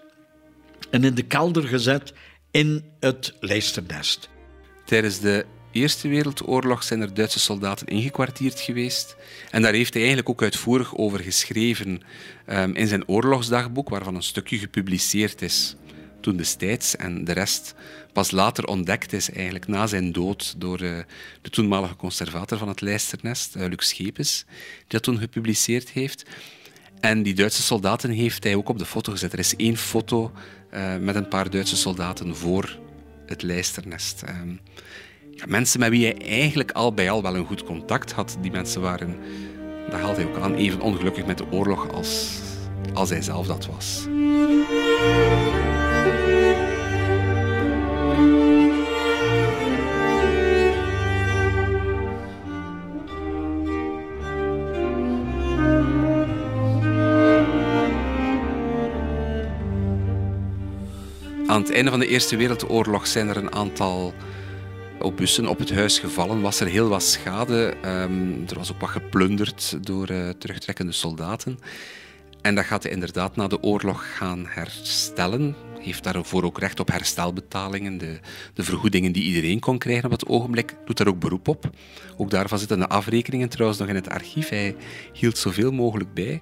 en in de kelder gezet in het lijsternest. Tijdens de Eerste Wereldoorlog zijn er Duitse soldaten ingekwartierd geweest. En daar heeft hij eigenlijk ook uitvoerig over geschreven um, in zijn oorlogsdagboek, waarvan een stukje gepubliceerd is toen destijds en de rest pas later ontdekt is, eigenlijk na zijn dood, door uh, de toenmalige conservator van het lijsternest, uh, Lux Schepens, die dat toen gepubliceerd heeft. En die Duitse soldaten heeft hij ook op de foto gezet. Er is één foto uh, met een paar Duitse soldaten voor het lijsternest. Um, ja, mensen met wie hij eigenlijk al bij al wel een goed contact had. Die mensen waren, dat haalt hij ook aan, even ongelukkig met de oorlog als, als hij zelf dat was. Aan het einde van de Eerste Wereldoorlog zijn er een aantal obussen op het huis gevallen. Was er heel wat schade. Um, er was ook wat geplunderd door uh, terugtrekkende soldaten. En dat gaat hij inderdaad na de oorlog gaan herstellen. Heeft daarvoor ook recht op herstelbetalingen. De, de vergoedingen die iedereen kon krijgen op het ogenblik, doet daar ook beroep op. Ook daarvan zitten de afrekeningen trouwens nog in het archief. Hij hield zoveel mogelijk bij.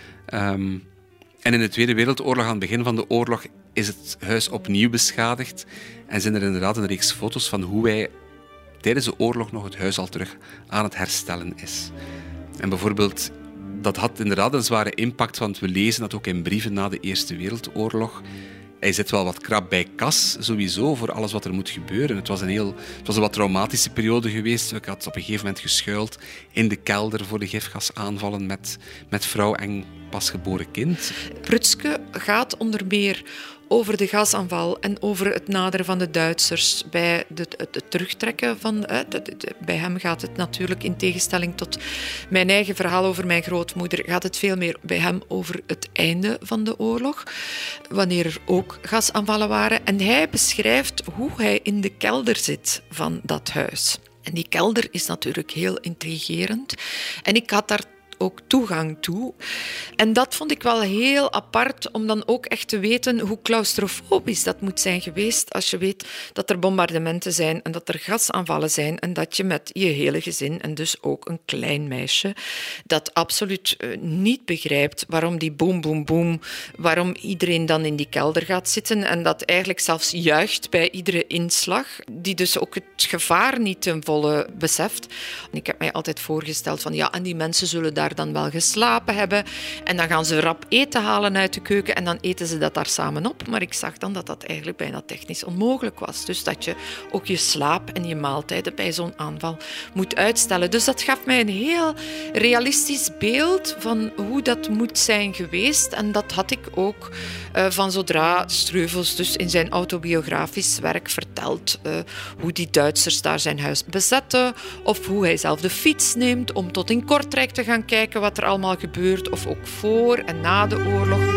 Um, en in de Tweede Wereldoorlog, aan het begin van de oorlog, is het huis opnieuw beschadigd. En zijn er inderdaad een reeks foto's van hoe hij tijdens de oorlog nog het huis al terug aan het herstellen is. En bijvoorbeeld, dat had inderdaad een zware impact, want we lezen dat ook in brieven na de Eerste Wereldoorlog. Hij zit wel wat krap bij kas, sowieso, voor alles wat er moet gebeuren. Het was een, heel, het was een wat traumatische periode geweest. Ik had op een gegeven moment geschuild in de kelder voor de gifgasaanvallen met, met vrouw en pasgeboren kind. Prutske gaat onder meer over de gasaanval en over het naderen van de Duitsers bij de, het, het terugtrekken van... De, de, de, bij hem gaat het natuurlijk, in tegenstelling tot mijn eigen verhaal over mijn grootmoeder, gaat het veel meer bij hem over het einde van de oorlog, wanneer er ook gasaanvallen waren. En hij beschrijft hoe hij in de kelder zit van dat huis. En die kelder is natuurlijk heel intrigerend. En ik had daar ook toegang toe. En dat vond ik wel heel apart, om dan ook echt te weten hoe claustrofobisch dat moet zijn geweest als je weet dat er bombardementen zijn en dat er gasaanvallen zijn en dat je met je hele gezin, en dus ook een klein meisje, dat absoluut niet begrijpt waarom die boom, boom, boom, waarom iedereen dan in die kelder gaat zitten en dat eigenlijk zelfs juicht bij iedere inslag, die dus ook het gevaar niet ten volle beseft. En ik heb mij altijd voorgesteld van ja, en die mensen zullen daar dan wel geslapen hebben en dan gaan ze rap eten halen uit de keuken en dan eten ze dat daar samen op. Maar ik zag dan dat dat eigenlijk bijna technisch onmogelijk was. Dus dat je ook je slaap en je maaltijden bij zo'n aanval moet uitstellen. Dus dat gaf mij een heel realistisch beeld van hoe dat moet zijn geweest. En dat had ik ook uh, van zodra Streuvels dus in zijn autobiografisch werk vertelt uh, hoe die Duitsers daar zijn huis bezetten of hoe hij zelf de fiets neemt om tot in Kortrijk te gaan kijken wat er allemaal gebeurt, of ook voor en na de oorlog.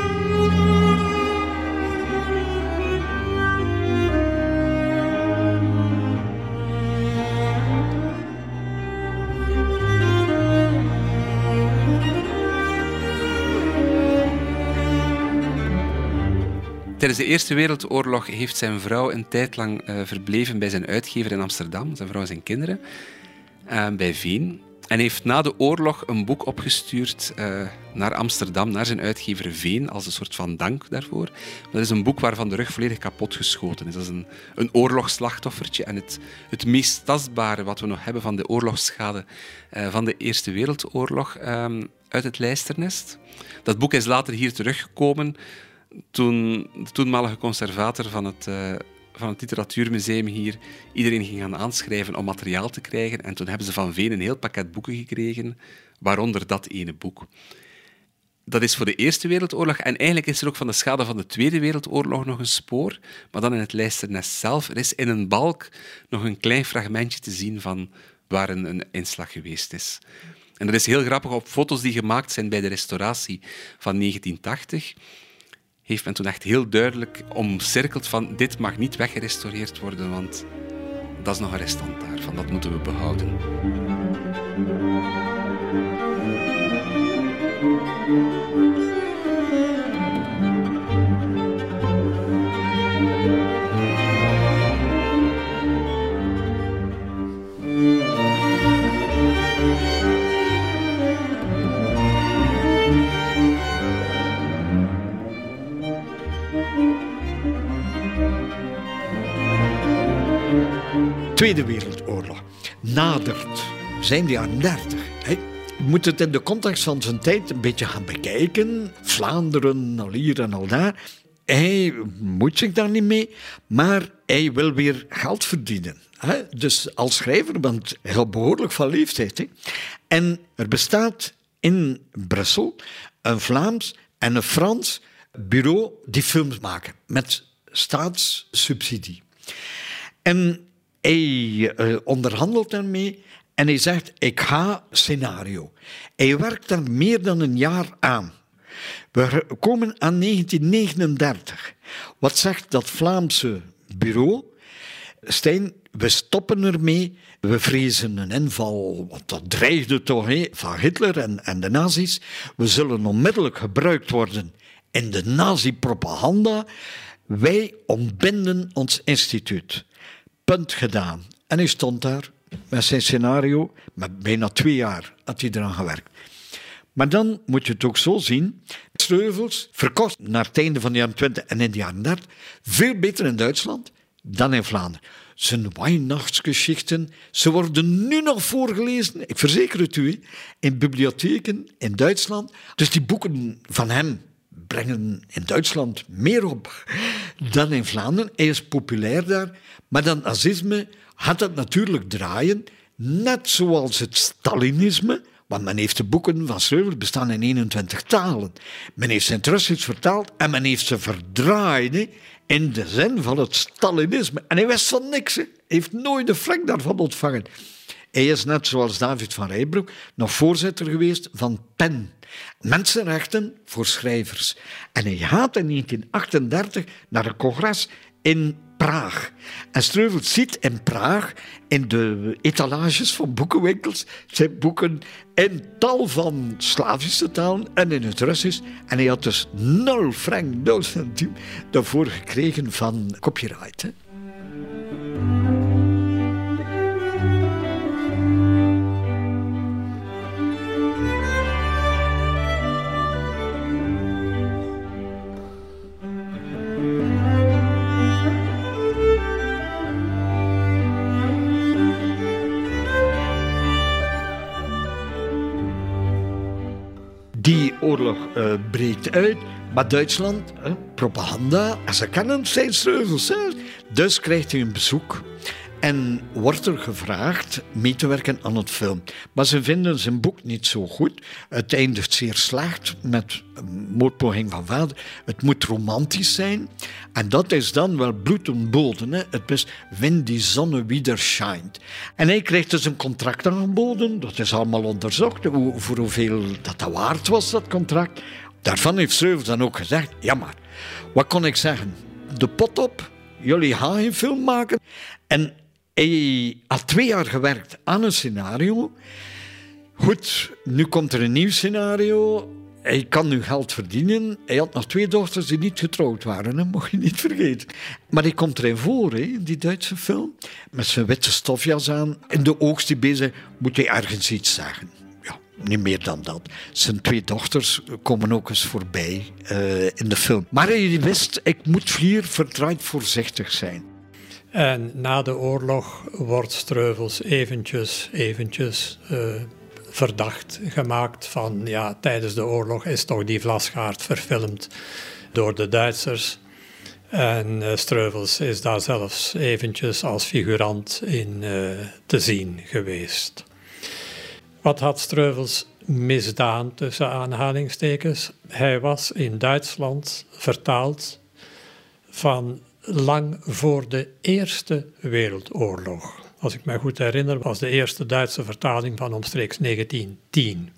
Tijdens de Eerste Wereldoorlog heeft zijn vrouw een tijd lang uh, verbleven bij zijn uitgever in Amsterdam, zijn vrouw en zijn kinderen, uh, bij Veen. En heeft na de oorlog een boek opgestuurd uh, naar Amsterdam, naar zijn uitgever Veen, als een soort van dank daarvoor. Dat is een boek waarvan de rug volledig kapotgeschoten is. Dat is een, een oorlogsslachtoffertje. En het, het meest tastbare wat we nog hebben van de oorlogsschade uh, van de Eerste Wereldoorlog um, uit het lijsternest. Dat boek is later hier teruggekomen toen de toenmalige conservator van het... Uh, van het Literatuurmuseum hier iedereen ging gaan aanschrijven om materiaal te krijgen. En toen hebben ze van Veen een heel pakket boeken gekregen, waaronder dat ene boek. Dat is voor de Eerste Wereldoorlog en eigenlijk is er ook van de schade van de Tweede Wereldoorlog nog een spoor, maar dan in het lijsternest zelf. Er is in een balk nog een klein fragmentje te zien van waar een, een inslag geweest is. En dat is heel grappig, op foto's die gemaakt zijn bij de restauratie van negentien tachtig... heeft men toen echt heel duidelijk omcirkeld van dit mag niet weggerestaureerd worden, want dat is nog een restant daarvan, dat moeten we behouden. Tweede Wereldoorlog nadert, zijn de jaren dertig. Je moet het in de context van zijn tijd een beetje gaan bekijken. Vlaanderen, al hier en al daar. Hij moet zich daar niet mee, maar hij wil weer geld verdienen. Dus als schrijver bent je heel behoorlijk van leeftijd. En er bestaat in Brussel een Vlaams en een Frans bureau die films maken met staatssubsidie. En hij uh, onderhandelt daarmee en hij zegt, ik ga scenario. Hij werkt daar meer dan een jaar aan. We komen aan negentien negenendertig. Wat zegt dat Vlaamse bureau? Stijn, we stoppen ermee. We vrezen een inval, want dat dreigde toch he, van Hitler en, en de nazi's. We zullen onmiddellijk gebruikt worden in de nazi-propaganda. Wij ontbinden ons instituut. Punt gedaan. En hij stond daar met zijn scenario. Met bijna twee jaar had hij eraan gewerkt. Maar dan moet je het ook zo zien. Streuvels verkocht naar het einde van de jaren twintig en in de jaren dertig veel beter in Duitsland dan in Vlaanderen. Zijn Weihnachtsgeschichten, ze worden nu nog voorgelezen, ik verzeker het u, in bibliotheken in Duitsland. Dus die boeken van hem brengen in Duitsland meer op dan in Vlaanderen. Hij is populair daar, maar dat nazisme had het natuurlijk draaien, net zoals het Stalinisme. Want men heeft de boeken van Streuvels bestaan in eenentwintig talen. Men heeft ze in het Russisch vertaald en men heeft ze verdraaid he, in de zin van het Stalinisme. En hij wist van niks. He. Hij heeft nooit de frank daarvan ontvangen. Hij is net zoals David van Rijbroek nog voorzitter geweest van P E N. Mensenrechten voor schrijvers. En hij gaat in negentien achtendertig naar een congres in Praag. En Streuvels ziet in Praag, in de etalages van boekenwinkels, zijn boeken in tal van Slavische talen en in het Russisch. En hij had dus nul frank, nul centiem daarvoor gekregen van copyright. Hè. Die oorlog uh, breekt uit, maar Duitsland, uh, propaganda, en ze kennen zijn Streuvels. Hè. Dus krijgt hij een bezoek en wordt er gevraagd mee te werken aan het film. Maar ze vinden zijn boek niet zo goed. Het eindigt zeer slecht met moordpoging van vader. Het moet romantisch zijn. En dat is dan wel bloed en boden. Hè. Het is wenn die zonne wieder schijnt. En hij krijgt dus een contract aangeboden. Dat is allemaal onderzocht. Hoe, voor hoeveel dat, dat waard was, dat contract. Daarvan heeft Streuvels dan ook gezegd, ja maar, wat kon ik zeggen? De pot op, jullie gaan geen film maken. En hij had twee jaar gewerkt aan een scenario. Goed, nu komt er een nieuw scenario. Hij kan nu geld verdienen. Hij had nog twee dochters die niet getrouwd waren, hè? Mocht je niet vergeten. Maar hij komt erin voor, hè, in die Duitse film. Met zijn witte stofjas aan. In de oogst die bezig moet hij ergens iets zeggen. Ja, niet meer dan dat. Zijn twee dochters komen ook eens voorbij uh, in de film. Maar hij wist, ik moet hier verdraaid voorzichtig zijn. En na de oorlog wordt Streuvels eventjes, eventjes uh, verdacht gemaakt van, ja, tijdens de oorlog is toch die Vlasgaard verfilmd door de Duitsers. En uh, Streuvels is daar zelfs eventjes als figurant in uh, te zien geweest. Wat had Streuvels misdaan, tussen aanhalingstekens? Hij was in Duitsland vertaald van lang voor de Eerste Wereldoorlog. Als ik me goed herinner, was de eerste Duitse vertaling van omstreeks negentien tien.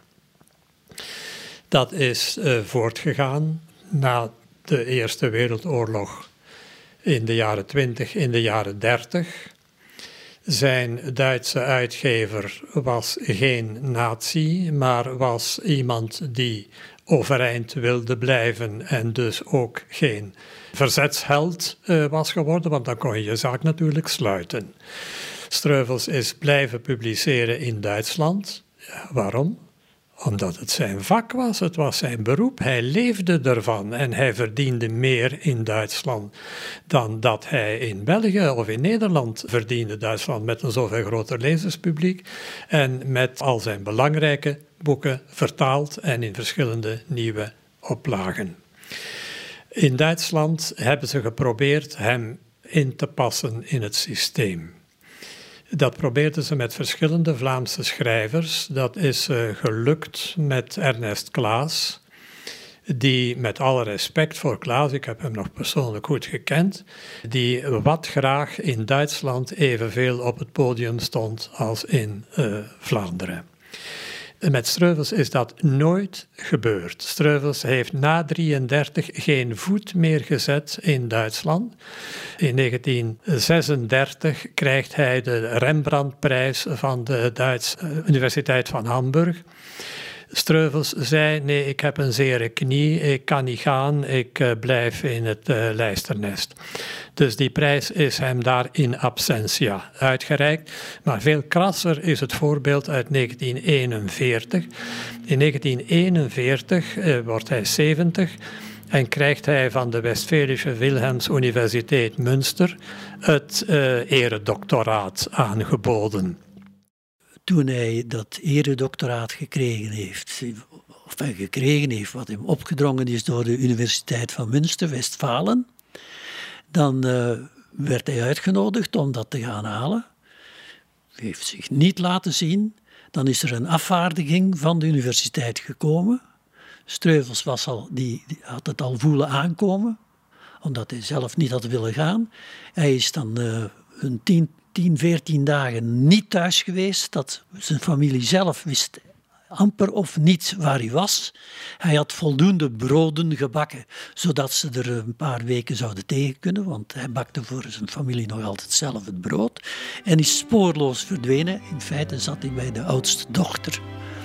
Dat is uh, voortgegaan na de Eerste Wereldoorlog in de jaren twintig, in de jaren dertig. Zijn Duitse uitgever was geen nazi, maar was iemand die overeind wilde blijven en dus ook geen verzetsheld uh, was geworden, want dan kon je je zaak natuurlijk sluiten. Streuvels is blijven publiceren in Duitsland. Ja, waarom? Omdat het zijn vak was, het was zijn beroep. Hij leefde ervan en hij verdiende meer in Duitsland dan dat hij in België of in Nederland verdiende. Duitsland met een zoveel groter lezerspubliek en met al zijn belangrijke boeken vertaald en in verschillende nieuwe oplagen. In Duitsland hebben ze geprobeerd hem in te passen in het systeem. Dat probeerden ze met verschillende Vlaamse schrijvers. Dat is uh, gelukt met Ernest Claes, die met alle respect voor Claes, ik heb hem nog persoonlijk goed gekend, die wat graag in Duitsland evenveel op het podium stond als in uh, Vlaanderen. Met Streuvels is dat nooit gebeurd. Streuvels heeft na drieëndertig geen voet meer gezet in Duitsland. In negentien zesendertig krijgt hij de Rembrandtprijs van de Duitse Universiteit van Hamburg. Streuvels zei, nee, ik heb een zere knie, ik kan niet gaan, ik uh, blijf in het uh, lijsternest. Dus die prijs is hem daar in absentia uitgereikt. Maar veel krasser is het voorbeeld uit negentien eenenveertig. In negentien eenenveertig uh, wordt hij zeventig en krijgt hij van de Westfälische Wilhelms Universiteit Münster het uh, eredoctoraat aangeboden. Toen hij dat eredoctoraat gekregen heeft, of hij gekregen heeft wat hem opgedrongen is door de Universiteit van Münster, Westfalen, dan uh, werd hij uitgenodigd om dat te gaan halen. Hij heeft zich niet laten zien. Dan is er een afvaardiging van de universiteit gekomen. Streuvels was al, die, die had het al voelen aankomen, omdat hij zelf niet had willen gaan. Hij is dan uh, een tien tien, veertien dagen niet thuis geweest, dat zijn familie zelf wist amper of niet waar hij was. Hij had voldoende broden gebakken, zodat ze er een paar weken zouden tegen kunnen, want hij bakte voor zijn familie nog altijd zelf het brood. En is spoorloos verdwenen. In feite zat hij bij de oudste dochter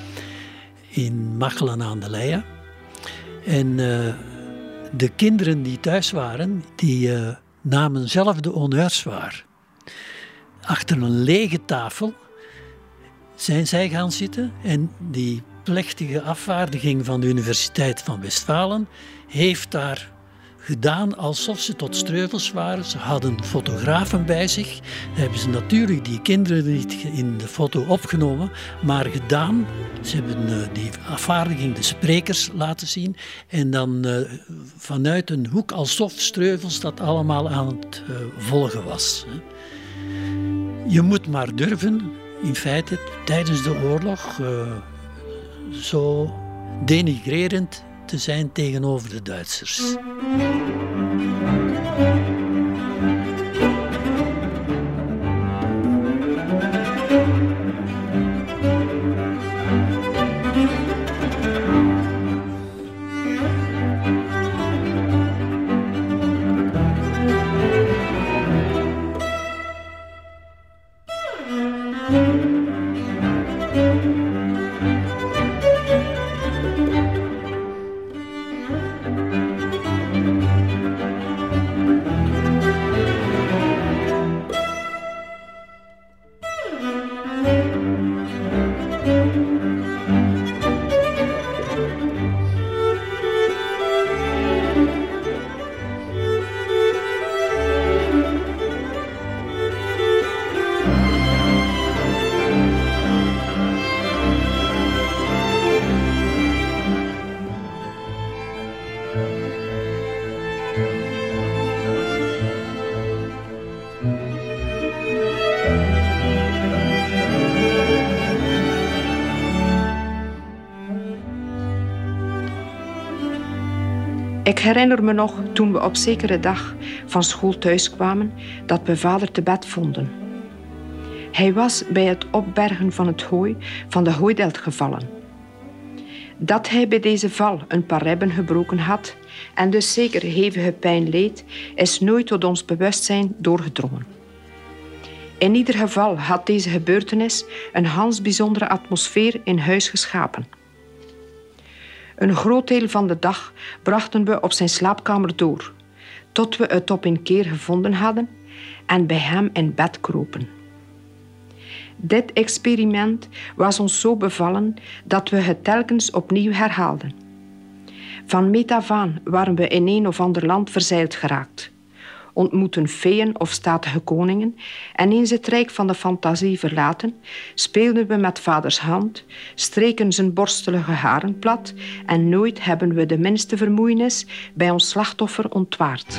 in Machelen aan de Leie. En uh, de kinderen die thuis waren, die uh, namen zelf de honneurs waar. Achter een lege tafel zijn zij gaan zitten en die plechtige afvaardiging van de Universiteit van Westfalen heeft daar gedaan alsof ze tot Streuvels waren. Ze hadden fotografen bij zich. Dan hebben ze natuurlijk die kinderen niet in de foto opgenomen, maar gedaan. Ze hebben die afvaardiging de sprekers laten zien en dan uh, vanuit een hoek alsof Streuvels dat allemaal aan het uh, volgen was. Je moet maar durven, in feite, tijdens de oorlog uh, zo denigrerend te zijn tegenover de Duitsers. Ik herinner me nog, toen we op zekere dag van school thuiskwamen, dat we vader te bed vonden. Hij was bij het opbergen van het hooi van de hooidelt gevallen. Dat hij bij deze val een paar ribben gebroken had en dus zeker hevige pijn leed, is nooit tot ons bewustzijn doorgedrongen. In ieder geval had deze gebeurtenis een gans bijzondere atmosfeer in huis geschapen. Een groot deel van de dag brachten we op zijn slaapkamer door, tot we het op een keer gevonden hadden en bij hem in bed kropen. Dit experiment was ons zo bevallen dat we het telkens opnieuw herhaalden. Van meet af aan waren we in een of ander land verzeild geraakt, ontmoetten feeën of statige koningen en eens het rijk van de fantasie verlaten, speelden we met vaders hand, streken zijn borstelige haren plat en nooit hebben we de minste vermoeienis bij ons slachtoffer ontwaard.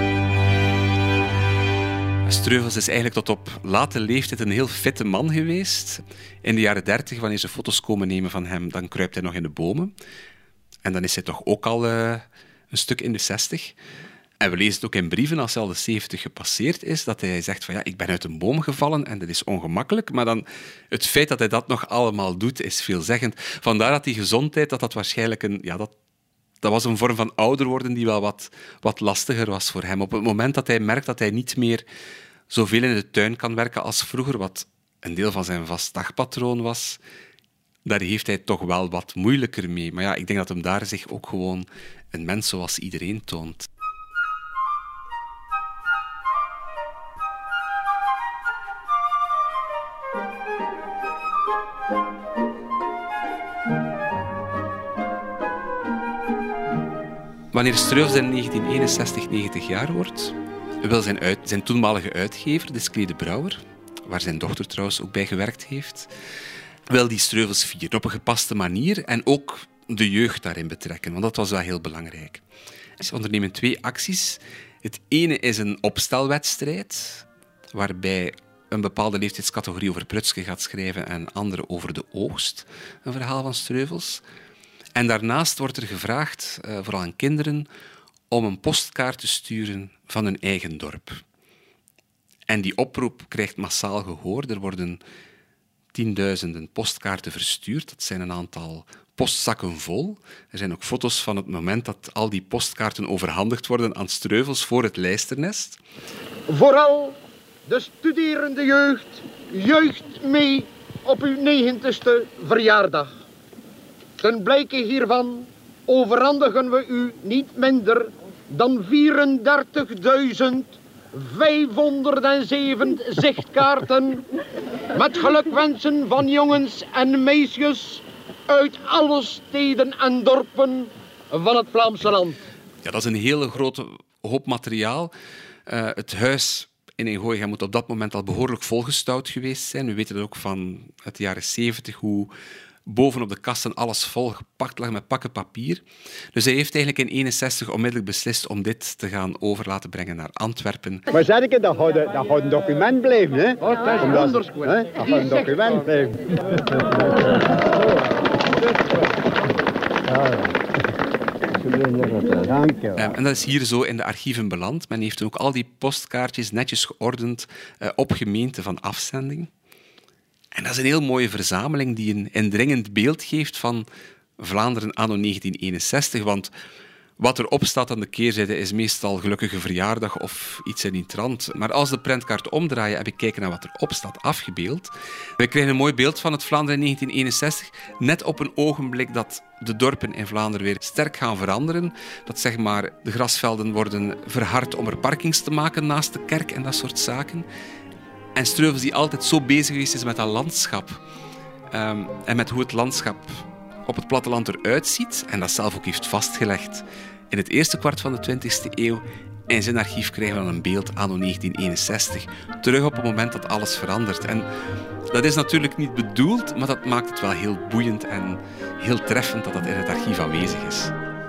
Streuvels is eigenlijk tot op late leeftijd een heel fitte man geweest. In de jaren dertig, wanneer ze foto's komen nemen van hem, dan kruipt hij nog in de bomen. En dan is hij toch ook al uh, een stuk in de zestig. En we lezen het ook in brieven als hij al de zeventig gepasseerd is, dat hij zegt van ja, ik ben uit een boom gevallen en dat is ongemakkelijk. Maar dan het feit dat hij dat nog allemaal doet, is veelzeggend. Vandaar dat die gezondheid, dat dat waarschijnlijk een... Ja, dat, dat was een vorm van ouder worden die wel wat, wat lastiger was voor hem. Op het moment dat hij merkt dat hij niet meer zoveel in de tuin kan werken als vroeger, wat een deel van zijn vast dagpatroon was, daar heeft hij toch wel wat moeilijker mee. Maar ja, ik denk dat hem daar zich ook gewoon een mens zoals iedereen toont. Wanneer Streuvels in negentien eenenzestig negentig jaar wordt, wil zijn, uit, zijn toenmalige uitgever, Desclée de Brouwer, waar zijn dochter trouwens ook bij gewerkt heeft, wil die Streuvels vieren op een gepaste manier en ook de jeugd daarin betrekken, want dat was wel heel belangrijk. Ze ondernemen twee acties. Het ene is een opstelwedstrijd, waarbij een bepaalde leeftijdscategorie over Prutske gaat schrijven en andere over de oogst, een verhaal van Streuvels. En daarnaast wordt er gevraagd, uh, vooral aan kinderen, om een postkaart te sturen van hun eigen dorp. En die oproep krijgt massaal gehoor. Er worden tienduizenden postkaarten verstuurd. Dat zijn een aantal postzakken vol. Er zijn ook foto's van het moment dat al die postkaarten overhandigd worden aan Streuvels voor het lijsternest. Vooral de studerende jeugd juicht mee op uw negentigste verjaardag. Ten blijke hiervan overhandigen we u niet minder dan vierendertigduizend vijfhonderdzeven zichtkaarten met gelukwensen van jongens en meisjes uit alle steden en dorpen van het Vlaamse land. Ja, dat is een hele grote hoop materiaal. Uh, het huis in Eengooiegem moet op dat moment al behoorlijk volgestouwd geweest zijn. We weten dat ook van uit de jaren zeventig, hoe bovenop de kasten alles volgepakt lag met pakken papier. Dus hij heeft eigenlijk in eenenzestig onmiddellijk beslist om dit te gaan over laten brengen naar Antwerpen. Maar zeg ik, dat gaat, dat gaat een document blijven, hè? Oh, dat is een onderschoen. Dat gaat een document blijven. Dank je wel. En dat is hier zo in de archieven beland. Men heeft ook al die postkaartjes netjes geordend uh, op gemeente van afzending. En dat is een heel mooie verzameling die een indringend beeld geeft van Vlaanderen anno negentien eenenzestig. Want wat erop staat aan de keerzijde is meestal gelukkige verjaardag of iets in die trant. Maar als de prentkaart omdraaien en we kijken naar wat erop staat afgebeeld, we krijgen een mooi beeld van het Vlaanderen in negentien eenenzestig, net op een ogenblik dat de dorpen in Vlaanderen weer sterk gaan veranderen. Dat zeg maar de grasvelden worden verhard om er parkings te maken naast de kerk en dat soort zaken. En Streuvels die altijd zo bezig geweest is met dat landschap um, en met hoe het landschap op het platteland eruit ziet en dat zelf ook heeft vastgelegd in het eerste kwart van de twintigste eeuw. In zijn archief krijgen we dan een beeld anno negentien eenenzestig, terug op het moment dat alles verandert. En dat is natuurlijk niet bedoeld, maar dat maakt het wel heel boeiend en heel treffend dat dat in het archief aanwezig is.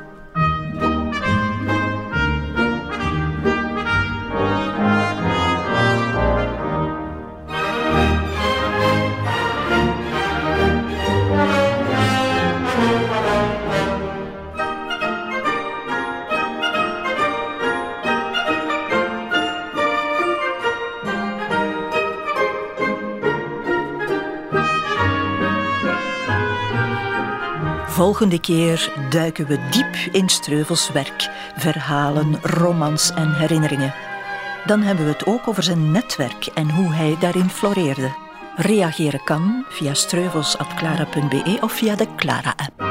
Volgende keer duiken we diep in Streuvels werk, verhalen, romans en herinneringen. Dan hebben we het ook over zijn netwerk en hoe hij daarin floreerde. Reageren kan via streuvels at clara punt b e of via de Clara-app.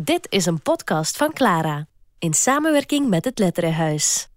Dit is een podcast van Clara, in samenwerking met het Letterenhuis.